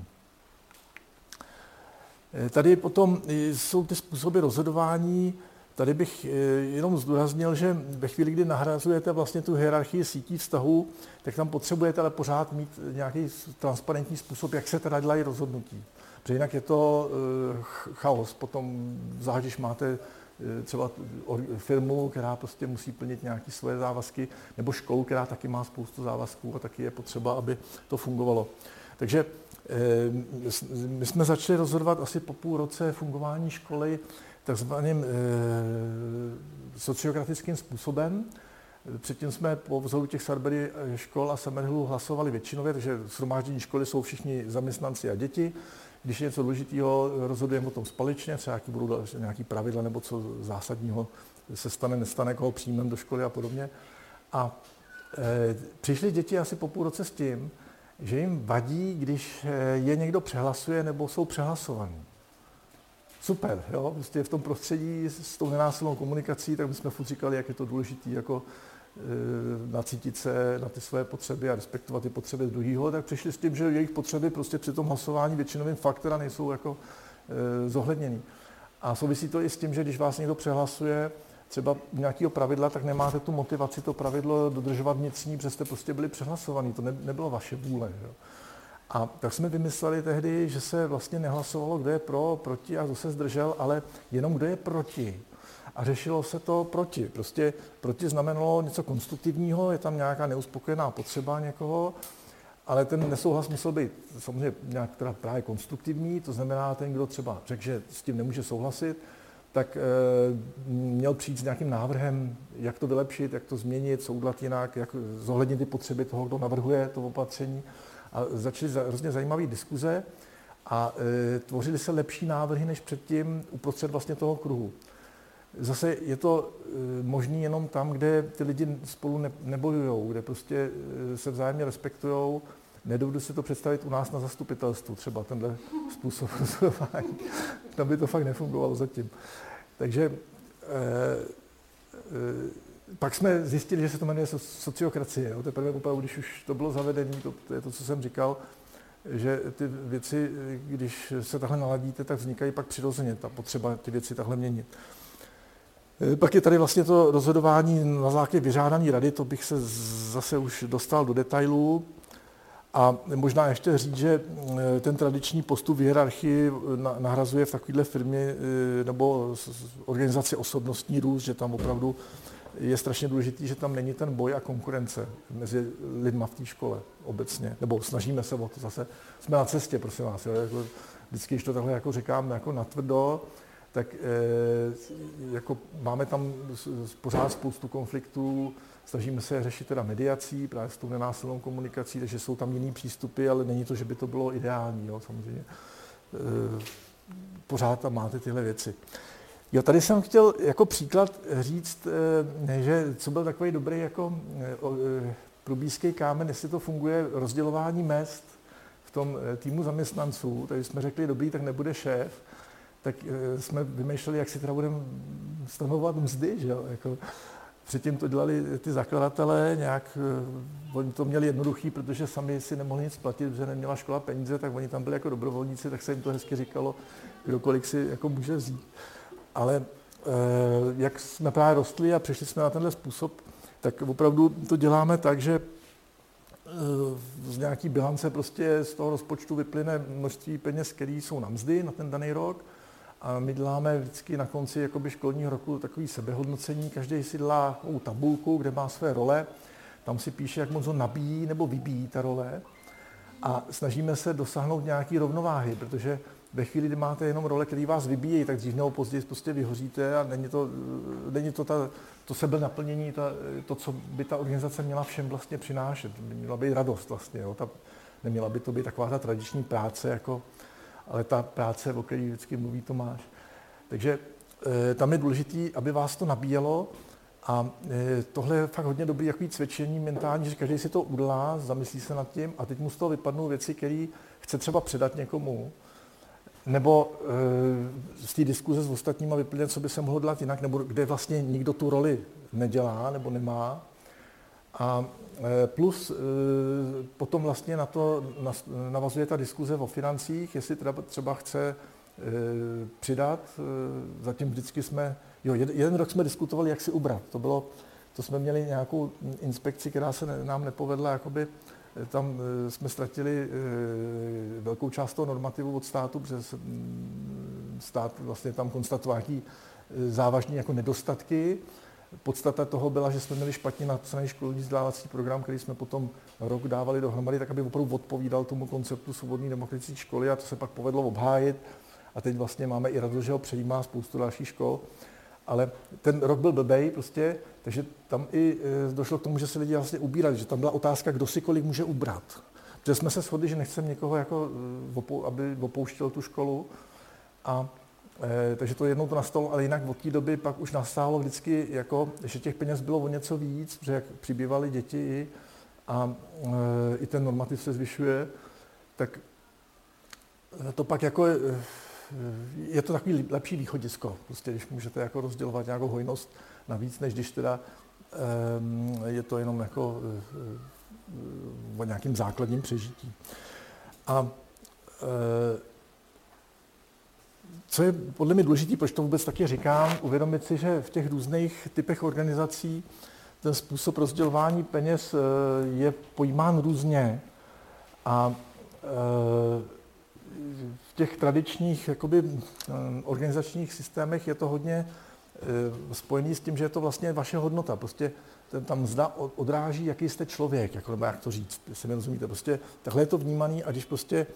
B: Tady potom jsou ty způsoby rozhodování. Tady bych jenom zdůraznil, že ve chvíli, kdy nahrazujete vlastně tu hierarchii sítí vztahů, tak tam potřebujete ale pořád mít nějaký transparentní způsob, jak se teda dělají rozhodnutí. Protože jinak je to chaos. Potom zvlášť, když máte třeba firmu, která prostě musí plnit nějaké svoje závazky, nebo školu, která taky má spoustu závazků a taky je potřeba, aby to fungovalo. Takže my jsme začali rozhodovat asi po půl roce fungování školy takzvaným sociokratickým způsobem. Předtím jsme po vzoru těch Sudbury škol a Summerhillu hlasovali většinově, takže shromáždění školy jsou všichni zaměstnanci a děti. Když je něco důležitého, rozhodujeme o tom společně, třeba jaký budou nějaké pravidla nebo co zásadního se stane, nestane, koho přijmeme do školy a podobně. A přišli děti asi po půl roce s tím, že jim vadí, když je někdo přehlasuje nebo jsou přehlasovaní. Super, jo, prostě v tom prostředí s tou nenásilnou komunikací, tak my jsme furt říkali, jak je to důležité jako nacítit se na ty své potřeby a respektovat ty potřeby druhého, tak přišli s tím, že jejich potřeby prostě při tom hlasování většinovým faktorem nejsou jako zohledněný. A souvisí to i s tím, že když vás někdo přehlasuje třeba nějakého pravidla, tak nemáte tu motivaci to pravidlo dodržovat vnitřní, protože jste prostě byli přehlasovaní, to nebylo vaše vůle. Jo. A tak jsme vymysleli tehdy, že se vlastně nehlasovalo, kdo je pro, proti a kdo se zdržel, ale jenom kdo je proti. A řešilo se to proti. Prostě proti znamenalo něco konstruktivního, je tam nějaká neuspokojená potřeba někoho, ale ten nesouhlas musel být samozřejmě nějak teda právě konstruktivní, to znamená ten, kdo třeba řekl, že s tím nemůže souhlasit, tak měl přijít s nějakým návrhem, jak to vylepšit, jak to změnit, co udělat jinak, jak zohlednit ty potřeby toho, kdo navrhuje to opatření. A začaly hrozně zajímavé diskuze a tvořily se lepší návrhy než předtím uprostřed vlastně toho kruhu. Zase je to možné jenom tam, kde ty lidi spolu nebojujou, kde prostě se vzájemně respektujou. Nedovedu si to představit u nás na zastupitelstvu, třeba tenhle způsob rozhodování. Tam by to fakt nefungovalo zatím. Takže pak jsme zjistili, že se to jmenuje sociokracie. Jo. Teprve opravdu, když už to bylo zavedené, to je to, co jsem říkal, že ty věci, když se takhle naladíte, tak vznikají pak přirozeně ta potřeba ty věci takhle měnit. Pak je tady vlastně to rozhodování na základě vyžádané rady, to bych se zase už dostal do detailů. A možná ještě říct, že ten tradiční postup v hierarchii nahrazuje v takovéhle firmě nebo organizaci osobnostní růst, že tam opravdu je strašně důležitý, že tam není ten boj a konkurence mezi lidma v té škole obecně. Nebo snažíme se o to zase. Jsme na cestě, prosím vás. Jo, jako vždycky, když to takhle jako říkám jako natvrdo, tak jako máme tam pořád spoustu konfliktů, snažíme se řešit teda mediací, právě s tou nenásilnou komunikací, takže jsou tam jiný přístupy, ale není to, že by to bylo ideální, jo, samozřejmě. Pořád tam máte tyhle věci. Jo, tady jsem chtěl jako příklad říct, že co byl takový dobrý jako průbízký kámen, jestli to funguje rozdělování mezd v tom týmu zaměstnanců, takže jsme řekli, dobrý, tak nebude šéf, tak jsme vymýšleli, jak si teda budeme stanovovat mzdy, že jo, jako předtím to dělali ty zakladatelé, nějak, oni to měli jednoduchý, protože sami si nemohli nic platit, protože neměla škola peníze, tak oni tam byli jako dobrovolníci, tak se jim to hezky říkalo, kdokoliv si jako může vzít. Ale jak jsme právě rostli a přešli jsme na tenhle způsob, tak opravdu to děláme tak, že z nějaký bilance prostě z toho rozpočtu vyplyne množství peněz, které jsou na mzdy na ten daný rok. A my děláme vždycky na konci jakoby školního roku takový sebehodnocení. Každý si dělá tabulku, kde má své role. Tam si píše, jak moc ho nabíjí nebo vybíjí ta role. A snažíme se dosáhnout nějaký rovnováhy, protože ve chvíli, kdy máte jenom role, které vás vybíjejí, tak dřív nebo později prostě vyhoříte a není to to sebenaplnění, to, co by ta organizace měla všem vlastně přinášet. Měla být radost vlastně, jo? Neměla by to být taková ta tradiční práce, jako, ale ta práce, o které vždycky mluví Tomáš. Takže tam je důležité, aby vás to nabíjelo a tohle je fakt hodně dobrý jaký cvičení mentální, že každý si to udělá, zamyslí se nad tím a teď mu z toho vypadnou věci, které chce třeba předat někomu, nebo z té diskuze s ostatníma vyplnit, co by se mohlo dělat jinak, nebo kde vlastně nikdo tu roli nedělá nebo nemá. A plus potom vlastně na to navazuje ta diskuze o financích, jestli třeba chce přidat. Zatím vždycky jeden rok jsme diskutovali, jak si ubrat. To jsme měli nějakou inspekci, která se nám nepovedla, jakoby tam jsme ztratili velkou část toho normativu od státu, protože stát vlastně tam konstatoval nějaký závažný jako nedostatky. Podstata toho byla, že jsme měli špatně napsaný školní vzdělávací program, který jsme potom rok dávali dohromady, tak aby opravdu odpovídal tomu konceptu svobodné demokratické školy a to se pak povedlo obhájit. A teď vlastně máme i radost, že ho přejímá spoustu dalších škol. Ale ten rok byl blbej prostě, takže tam i došlo k tomu, že se lidi vlastně ubírali, že tam byla otázka, kdo si kolik může ubrat. Protože jsme se shodli, že nechceme někoho, jako, aby opouštěl tu školu. A takže to jednou to nastalo, ale jinak od té doby pak už nastálo vždycky, jako, že těch peněz bylo o něco víc, protože jak přibývaly děti a i ten normativ se zvyšuje, tak to pak jako je to takový lepší východisko, prostě, když můžete jako rozdělovat nějakou hojnost navíc, než když teda je to jenom jako o nějakým základním přežití. A co je podle mě důležité, proč to vůbec taky říkám, uvědomit si, že v těch různých typech organizací ten způsob rozdělování peněz je pojímán různě a v těch tradičních jakoby, organizačních systémech je to hodně spojený s tím, že je to vlastně vaše hodnota. Prostě ta mzda odráží, jaký jste člověk, jako, nebo jak to říct, jestli mi rozumíte. Prostě takhle je to vnímaný a když prostě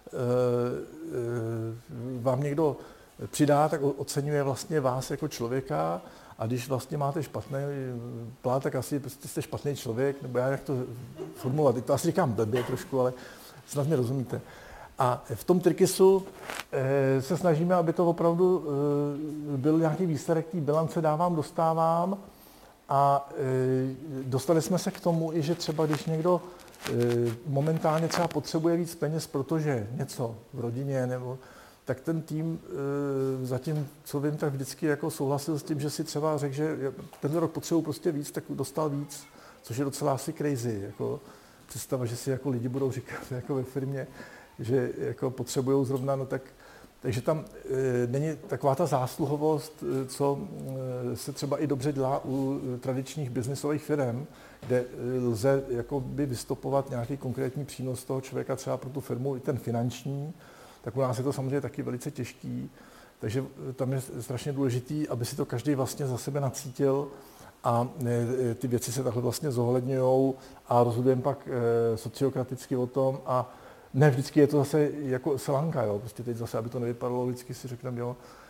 B: vám někdo přidá, tak oceňuje vlastně vás jako člověka a když vlastně máte špatný plat, tak asi prostě jste špatný člověk, nebo já jak to formulovat, to asi říkám blbě trošku, ale snad mi rozumíte. A v tom Trikisu se snažíme, aby to opravdu byl nějaký výsledek té bilance dávám, dostávám a dostali jsme se k tomu, i že třeba když někdo momentálně třeba potřebuje víc peněz, protože něco v rodině, nebo tak ten tým zatím, co vím, tak vždycky jako souhlasil s tím, že si třeba řekl, že tenhle rok potřebuji prostě víc, tak dostal víc, což je docela asi crazy. Jako představa, že si jako lidi budou říkat jako ve firmě, že jako potřebujou zrovna, no tak, takže tam není taková ta zásluhovost, co se třeba i dobře dělá u tradičních biznisových firm, kde lze jakoby vystopovat nějaký konkrétní přínos toho člověka třeba pro tu firmu, i ten finanční, tak u nás je to samozřejmě taky velice těžký, takže tam je strašně důležitý, aby si to každý vlastně za sebe nacítil a ty věci se takhle vlastně zohledňujou a rozhodujeme pak sociokraticky o tom a ne vždycky je to zase jako selanka, jo. Prostě teď zase, aby to nevypadalo, vždycky si řekneme, jo,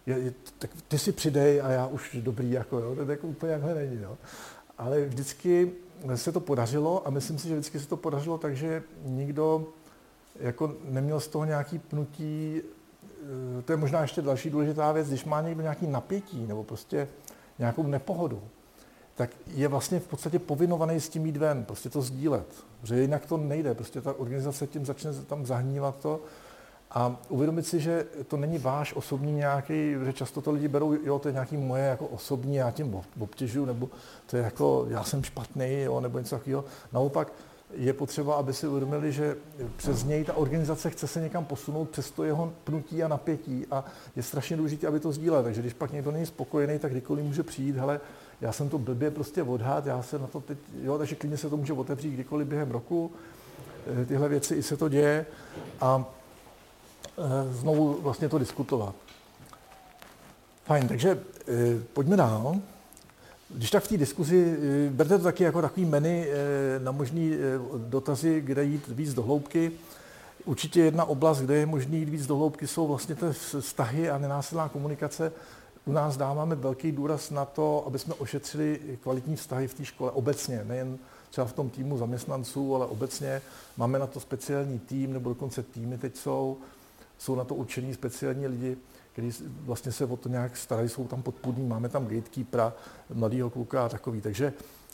B: tak ty si přidej a já už dobrý, jako jo, to jako úplně jakhle není, jo. Ale vždycky se to podařilo a myslím si, že vždycky se to podařilo tak, že nikdo jako neměl z toho nějaký pnutí. To je možná ještě další důležitá věc, když má někdo nějaký napětí nebo prostě nějakou nepohodu, tak je vlastně v podstatě povinovaný s tím jít ven, prostě to sdílet, že jinak to nejde, prostě ta organizace tím začne tam zahnívat to a uvědomit si, že to není váš osobní nějaký, že často to lidi berou, jo, to je nějaký moje jako osobní, já tím obtěžuju, nebo to je jako, já jsem špatný, jo, nebo něco takového. Naopak je potřeba, aby si uvědomili, že přes něj ta organizace chce se někam posunout přes to jeho pnutí a napětí a je strašně důležité, aby to sdílel. Takže když pak někdo není spokojený, tak kdykoliv může přijít, hele, já jsem to blbě prostě odhad, já se na to teď, jo, takže klidně se to může otevřít kdykoliv během roku. Tyhle věci i se to děje a znovu vlastně to diskutovat. Fajn, takže pojďme dál. Když tak v té diskuzi, berte to taky jako takový menu na možný dotazy, kde jít víc do hloubky. Určitě jedna oblast, kde je možný jít víc do hloubky, jsou vlastně ty vztahy a nenásilná komunikace. U nás dáváme velký důraz na to, aby jsme ošetřili kvalitní vztahy v té škole obecně, nejen třeba v tom týmu zaměstnanců, ale obecně. Máme na to speciální tým, nebo dokonce týmy teď jsou na to určení speciální lidi, kteří vlastně se o to nějak starají, jsou tam podpůrní, máme tam gatekeepera, mladýho kluka a takový. Takže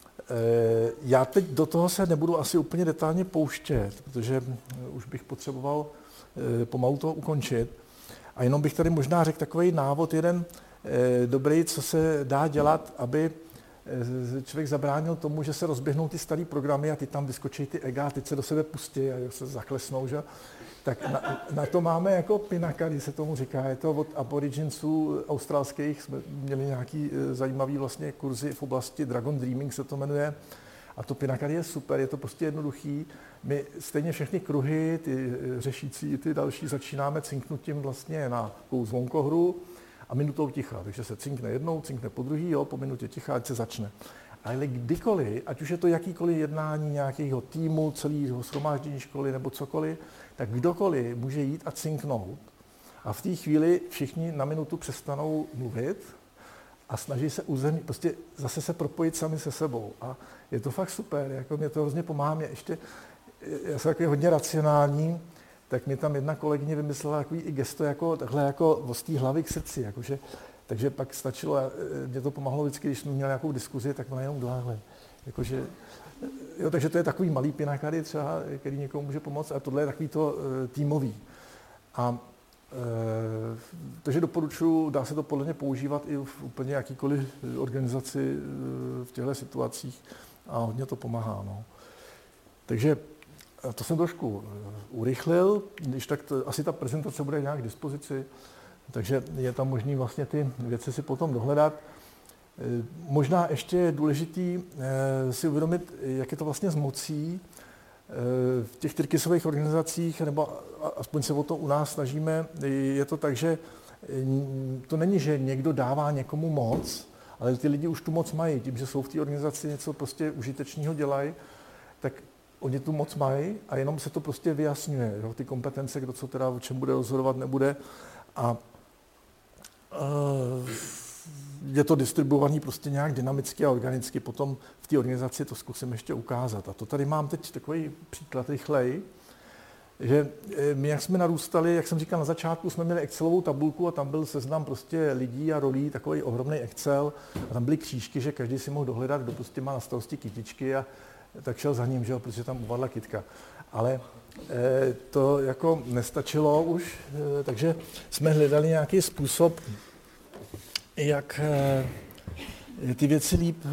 B: já teď do toho se nebudu asi úplně detailně pouštět, protože už bych potřeboval pomalu to ukončit. A jenom bych tady možná řekl takový návod, jeden dobrý, co se dá dělat, aby člověk zabránil tomu, že se rozběhnou ty staré programy a ty tam vyskočí ty ega, teď se do sebe pustí a se zaklesnou, že? Tak na to máme jako pinakady, se tomu říká. Je to od aboriginců australských, jsme měli nějaký zajímavý vlastně kurzy v oblasti Dragon Dreaming se to jmenuje. A to pinakady je super, je to prostě jednoduchý. My stejně všechny kruhy, ty řešící i ty další, začínáme cinknutím vlastně na takovou zvonkohru a minutou ticha. Takže se cinkne jednou, cinkne po druhý, jo, po minutě ticha, ať se začne. Ale kdykoliv, ať už je to jakýkoliv jednání nějakého týmu, celého shromáždění školy nebo cokoliv, tak kdokoliv může jít a cinknout. A v té chvíli všichni na minutu přestanou mluvit a snaží se uzemnit, prostě zase se propojit sami se sebou. A je to fakt super, jako mě to hrozně pomáhá. Já jsem takový hodně racionální, tak mi tam jedna kolegyně vymyslela takový i gesto, jako takhle jako od té hlavy k srdci, jakože. Takže pak stačilo, mě to pomohlo vždycky, když jsme měli nějakou diskuzi, tak jenom dohle. Jakože, jo, takže to je takový malý pinakady třeba, který někomu může pomoct, a tohle je takový to týmový. A takže doporučuji, dá se to podle mě používat i v úplně jakýkoliv organizaci v těchto situacích a hodně to pomáhá. No. Takže to jsem trošku urychlil, když tak asi ta prezentace bude nějak k dispozici, takže je tam možný vlastně ty věci si potom dohledat. Možná ještě je důležitý si uvědomit, jak je to vlastně s mocí. V těch tyrkysových organizacích, nebo aspoň se o to u nás snažíme, je to tak, že to není, že někdo dává někomu moc, ale ty lidi už tu moc mají. Tím, že jsou v té organizaci něco prostě užitečného dělají, tak oni tu moc mají a jenom se to prostě vyjasňuje. Jo? Ty kompetence, kdo co teda o čem bude rozhodovat, nebude. A je to distribuovaný prostě nějak dynamicky a organicky. Potom v té organizaci to zkusím ještě ukázat. A to tady mám teď takový příklad rychlej, že my, jak jsme narůstali, jak jsem říkal na začátku, jsme měli Excelovou tabulku a tam byl seznam prostě lidí a rolí, takový ohromný Excel a tam byly křížky, že každý si mohl dohledat, kdo prostě má na starosti kytičky a tak šel za ním, že jo, protože tam uvadla kytka. Ale to jako nestačilo už, takže jsme hledali nějaký způsob, jak ty věci líp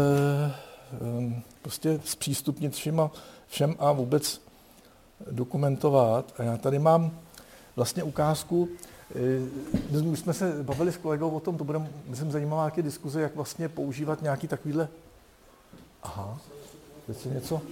B: prostě zpřístupnit všem a vůbec dokumentovat. A já tady mám vlastně ukázku. My jsme se bavili s kolegou o tom, to bude, myslím, zajímavá nějaké diskuze, jak vlastně používat nějaký takovýhle... Aha, teď se něco...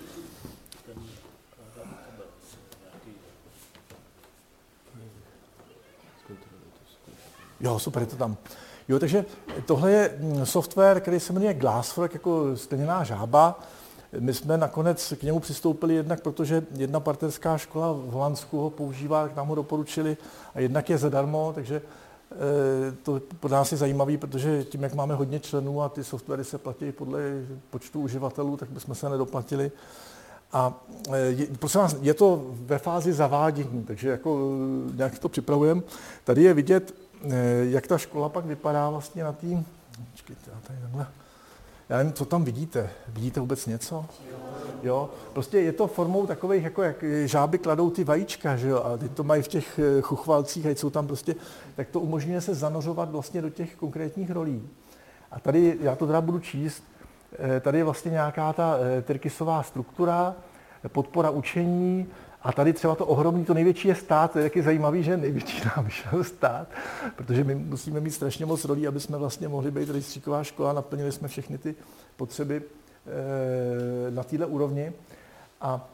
B: Jo, super, je to tam. Jo, takže tohle je software, který se jmenuje Glasswork, jako skleněná žába. My jsme nakonec k němu přistoupili jednak, protože jedna partnerská škola v Holandsku ho používá, k nám ho doporučili, a jednak je zadarmo, takže To pro nás je zajímavý, protože tím, jak máme hodně členů a ty softwary se platí podle počtu uživatelů, tak bychom se nedoplatili. A prosím vás, je to ve fázi zavádění, takže jako nějak to připravujeme. Tady je vidět, jak ta škola pak vypadá vlastně na tým. Počkejte, tady takhle. Já nevím, co tam vidíte. Vidíte vůbec něco? Jo, prostě je to formou takových, jako jak žáby kladou ty vajíčka, že jo, a ty to mají v těch chuchvalcích a jsou tam prostě, tak to umožňuje se zanořovat vlastně do těch konkrétních rolí. A tady, já to teda budu číst, tady je vlastně nějaká ta Tyrkisová struktura, podpora učení a tady třeba to ohromný, to největší je stát, to je taky zajímavý, že největší nám vyšel stát, protože my musíme mít strašně moc rolí, aby jsme vlastně mohli být rejstříková škola, naplnili jsme všechny ty potřeby na této úrovni a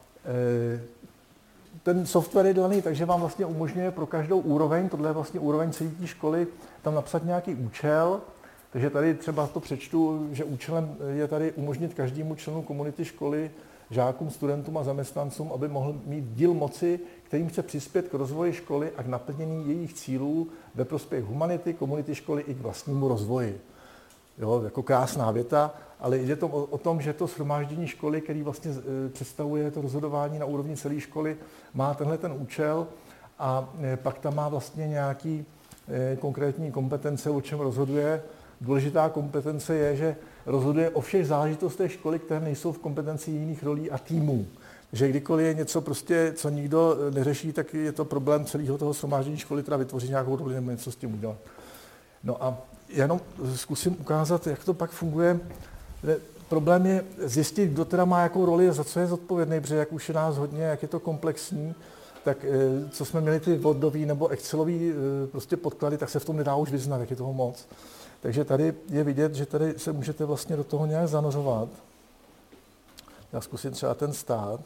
B: ten software je daný, takže vám vlastně umožňuje pro každou úroveň, tohle je vlastně úroveň celé té školy, tam napsat nějaký účel, takže tady třeba to přečtu, že účelem je tady umožnit každému členu komunity školy, žákům, studentům a zaměstnancům, aby mohl mít díl moci, kterým chce přispět k rozvoji školy a k naplnění jejich cílů ve prospěch humanity, komunity školy i k vlastnímu rozvoji. Jo, jako krásná věta, ale jde to o tom, že to shromáždění školy, který vlastně představuje to rozhodování na úrovni celé školy, má tenhle ten účel a pak tam má vlastně nějaký konkrétní kompetence, o čem rozhoduje. Důležitá kompetence je, že rozhoduje o všech záležitostech školy, které nejsou v kompetenci jiných rolí a týmů. Že kdykoliv je něco prostě, co nikdo neřeší, tak je to problém celého toho shromáždění školy, teda vytvořit nějakou roli nebo něco s tím udělat. No a jenom zkusím ukázat, jak to pak funguje. Problém je zjistit, kdo teda má jakou roli a za co je zodpovědný, protože jak už je nás hodně, jak je to komplexní, tak co jsme měli ty Wordový nebo Excelový prostě podklady, tak se v tom nedá už vyznat, jak je toho moc. Takže tady je vidět, že tady se můžete vlastně do toho nějak zanořovat. Já zkusím třeba ten stát.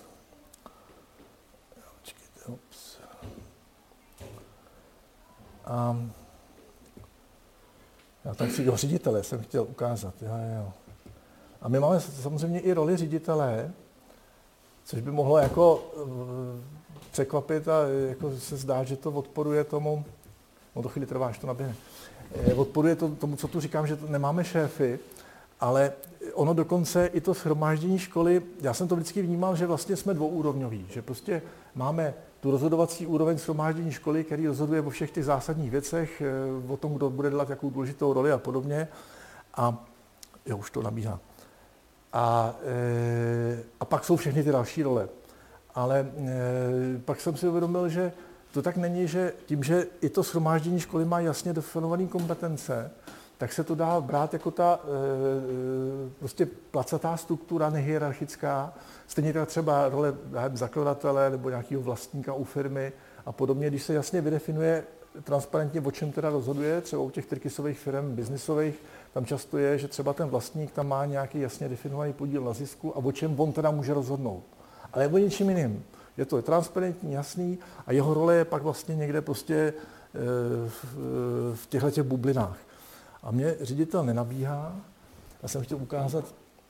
B: Já tam si ředitele jsem chtěl ukázat. Jo. A my máme samozřejmě i roli ředitele, což by mohlo jako překvapit a jako se zdá, že to odporuje tomu, no to chvíli trvá, až to naběhne, odporuje tomu, co tu říkám, že nemáme šéfy, ale ono dokonce i to shromáždění školy, já jsem to vždycky vnímal, že vlastně jsme dvouúrovňoví, že prostě máme tu rozhodovací úroveň shromáždění školy, který rozhoduje o všech těch zásadních věcech, o tom, kdo bude dělat jakou důležitou roli a podobně. A jo, už to nabíhá. A pak jsou všechny ty další role. Ale pak jsem si uvědomil, že to tak není, že tím, že i to shromáždění školy má jasně definované kompetence, tak se to dá brát jako ta prostě placatá struktura, nehierarchická, stejně tak třeba role zakladatele nebo nějakého vlastníka u firmy a podobně, když se jasně vydefinuje transparentně, o čem teda rozhoduje, třeba u těch Tyrkisových firm biznisových, tam často je, že třeba ten vlastník tam má nějaký jasně definovaný podíl na zisku a o čem on teda může rozhodnout. Ale o ničím jiným. Je to transparentní, jasný a jeho role je pak vlastně někde prostě v těchto bublinách. A mě ředitel nenabíhá. Já jsem chtěl ukázat.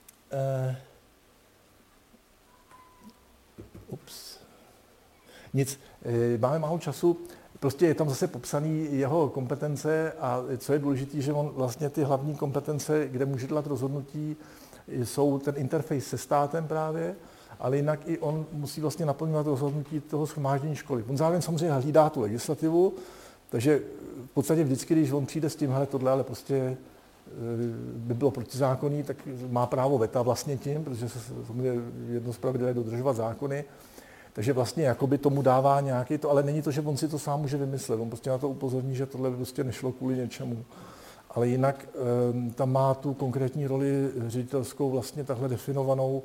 B: Nic, máme málo času. Prostě je tam zase popsaný jeho kompetence a co je důležité, že on vlastně ty hlavní kompetence, kde může dělat rozhodnutí, jsou ten interface se státem právě, ale jinak i on musí vlastně naplňovat rozhodnutí toho shromáždění školy. On zároveň samozřejmě hlídá tu legislativu, takže v podstatě vždycky, když on přijde s tím, hele, tohle, ale prostě by bylo protizákonný, tak má právo veta vlastně tím, protože se jedno z pravidel je dodržovat zákony. Takže vlastně jakoby tomu dává nějaký to, ale není to, že on si to sám může vymyslet. On prostě na to upozorní, že tohle prostě nešlo kvůli něčemu. Ale jinak tam má tu konkrétní roli ředitelskou vlastně takhle definovanou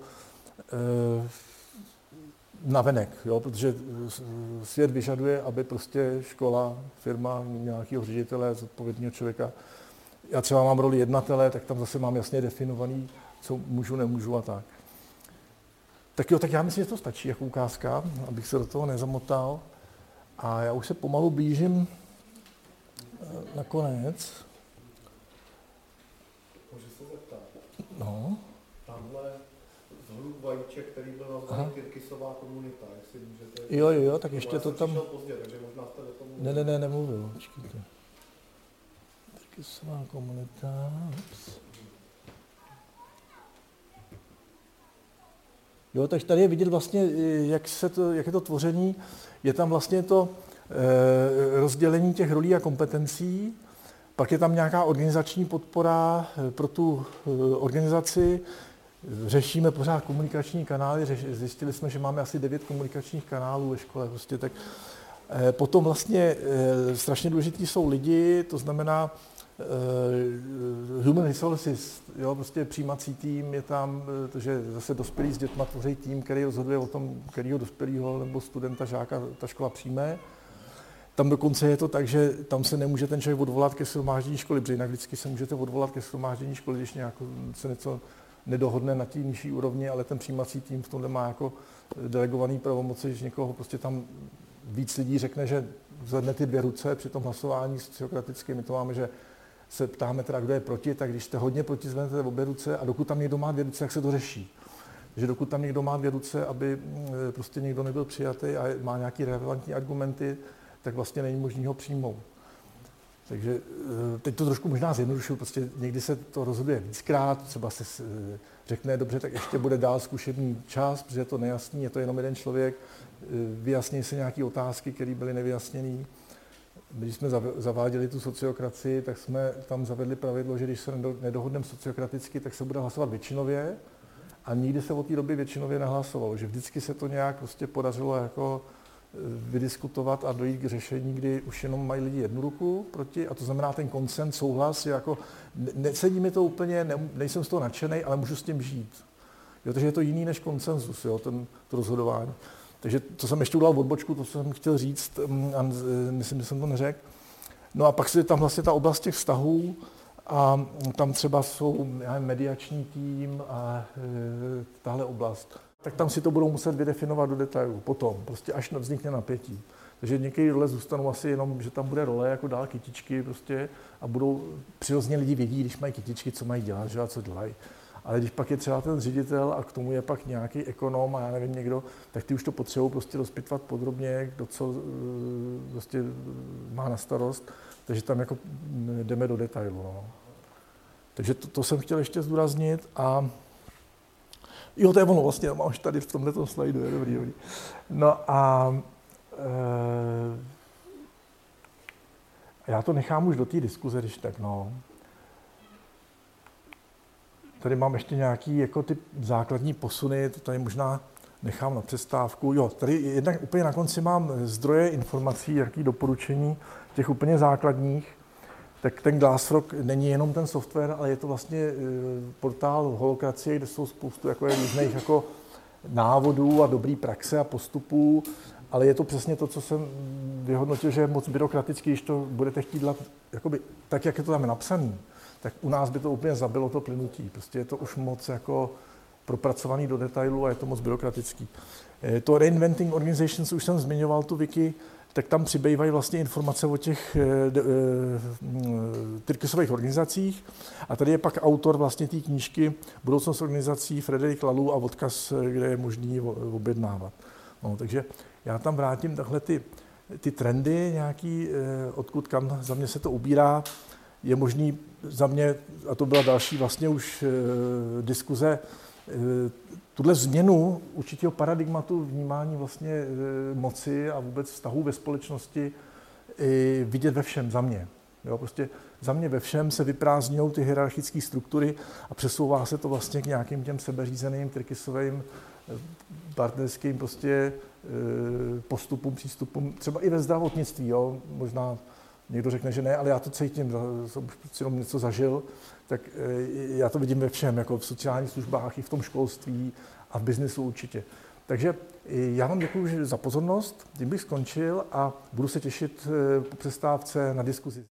B: navenek, jo? Protože svět vyžaduje, aby prostě škola, firma, nějakého ředitele, zodpovědného člověka. Já třeba mám roli jednatele, tak tam zase mám jasně definovaný, co můžu, nemůžu a tak. Tak jo, tak já myslím, že to stačí jako ukázka, abych se do toho nezamotal. A já už se pomalu blížím na konec.
C: Můžu se zeptat?
B: No.
C: Tamhle zhluk vajíček, který byl nazvaný Tyrkisová komunita, jestli můžete...
B: Jo, tak ještě to tam...
C: Pozdě, takže možná jste do tomu...
B: Ne, nemluvil, počkejte. Tyrkisová komunita. Ups. Jo, takže tady je vidět vlastně, jak je to tvoření. Je tam vlastně to rozdělení těch rolí a kompetencí, pak je tam nějaká organizační podpora pro tu organizaci, řešíme pořád komunikační kanály, zjistili jsme, že máme asi 9 komunikačních kanálů ve škole. Prostě, tak. Potom vlastně strašně důležitý jsou lidi, to znamená human resources, jo, prostě přijímací tým je tam, protože zase dospělí s dětma tvoří tým, který rozhoduje o tom, kterého dospělého nebo studenta, žáka ta škola přijme. Tam dokonce je to tak, že tam se nemůže ten člověk odvolat ke shromáždění školy, protože jinak vždycky se můžete odvolat ke shromáždění školy, když nějak se něco nedohodne na té nižší úrovni, ale ten přijímací tým v tomhle má jako delegovaný pravomoci, že někoho prostě tam víc lidí řekne, že zvedne ty 2 ruce při tom hlasování sociokraticky. My to máme, že se ptáme teda, kdo je proti, tak když jste hodně proti, zvednete obě ruce a dokud tam někdo má 2 ruce, tak se to řeší. Takže dokud tam někdo má 2 ruce, aby prostě někdo nebyl přijatý a má nějaké relevantní argumenty, tak vlastně není možné ho přijmout. Takže teď to trošku možná zjednodušuju, prostě někdy se to rozhoduje víckrát, třeba se řekne, dobře, tak ještě bude dál zkušební čas, protože je to nejasný, je to jenom jeden člověk, vyjasní se nějaké otázky, které byly nevyjasněné. Když jsme zaváděli tu sociokracii, tak jsme tam zavedli pravidlo, že když se nedohodneme sociokraticky, tak se bude hlasovat většinově a nikdy se od té doby většinově nehlasovalo, že vždycky se to nějak prostě podařilo jako vydiskutovat a dojít k řešení, kdy už jenom mají lidi 1 ruku proti, a to znamená ten konsens, souhlas, jako nesedí mi to úplně, nejsem z toho nadšenej, ale můžu s tím žít. Jo, takže je to jiný než konsenzus, jo, to rozhodování. Takže to jsem ještě udělal odbočku, to jsem chtěl říct a myslím, že jsem to neřekl. No a pak je tam vlastně ta oblast těch vztahů a tam třeba jsou mediační tým a tahle oblast. Tak tam si to budou muset vydefinovat do detailu potom, prostě až vznikne napětí. Takže některé role zůstanou asi jenom, že tam bude role jako dál kytičky prostě a budou přirozeně lidi vědí, když mají kytičky, co mají dělat, že a co dělají. Ale když pak je třeba ten ředitel a k tomu je pak nějaký ekonom a já nevím někdo, tak ty už to potřebují prostě rozpitvat podrobně, kdo co prostě má na starost, takže tam jako jdeme do detailu. No. Takže to jsem chtěl ještě zdůraznit a jo, to je ono vlastně, mám už tady v tomhletom slajdu, je dobrý. No a já to nechám už do té diskuze, když tak, no. Tady mám ještě nějaký jako ty základní posuny, to tady možná nechám na přestávku. Jo, tady jednak úplně na konci mám zdroje informací, jaký doporučení těch úplně základních. Tak ten Glassrock není jenom ten software, ale je to vlastně portál holokracie, kde jsou spoustu jako různých jako návodů a dobrý praxe a postupů, ale je to přesně to, co jsem vyhodnotil, že je moc byrokratický, když to budete chtít dělat jakoby, tak, jak je to tam napsaný, tak u nás by to úplně zabilo to plynutí. Prostě je to už moc jako propracovaný do detailu a je to moc byrokratický. To Reinventing Organizations, už jsem zmiňoval tu wiki, tak tam přibývají vlastně informace o těch Tyrkisových organizacích. A tady je pak autor vlastně té knížky Budoucnost organizací Frederick Laloux a odkaz, kde je možný objednávat. No, takže já tam vrátím takhle ty trendy nějaký, odkud kam za mě se to ubírá. Je možný za mě, a to byla další vlastně už diskuze, tuhle změnu určitého paradigmatu vnímání vlastně moci a vůbec vztahů ve společnosti vidět ve všem za mě. Jo, prostě za mě ve všem se vyprázdňují ty hierarchické struktury a přesouvá se to vlastně k nějakým těm sebeřízeným, Tyrkisovým, partnerským prostě postupům, přístupům, třeba i ve zdravotnictví, jo, možná někdo řekne, že ne, ale já to cítím, jsem už jenom něco zažil, tak já to vidím ve všem, jako v sociálních službách, i v tom školství a v biznesu určitě. Takže já vám děkuji za pozornost, tím bych skončil a budu se těšit po přestávce na diskuzi.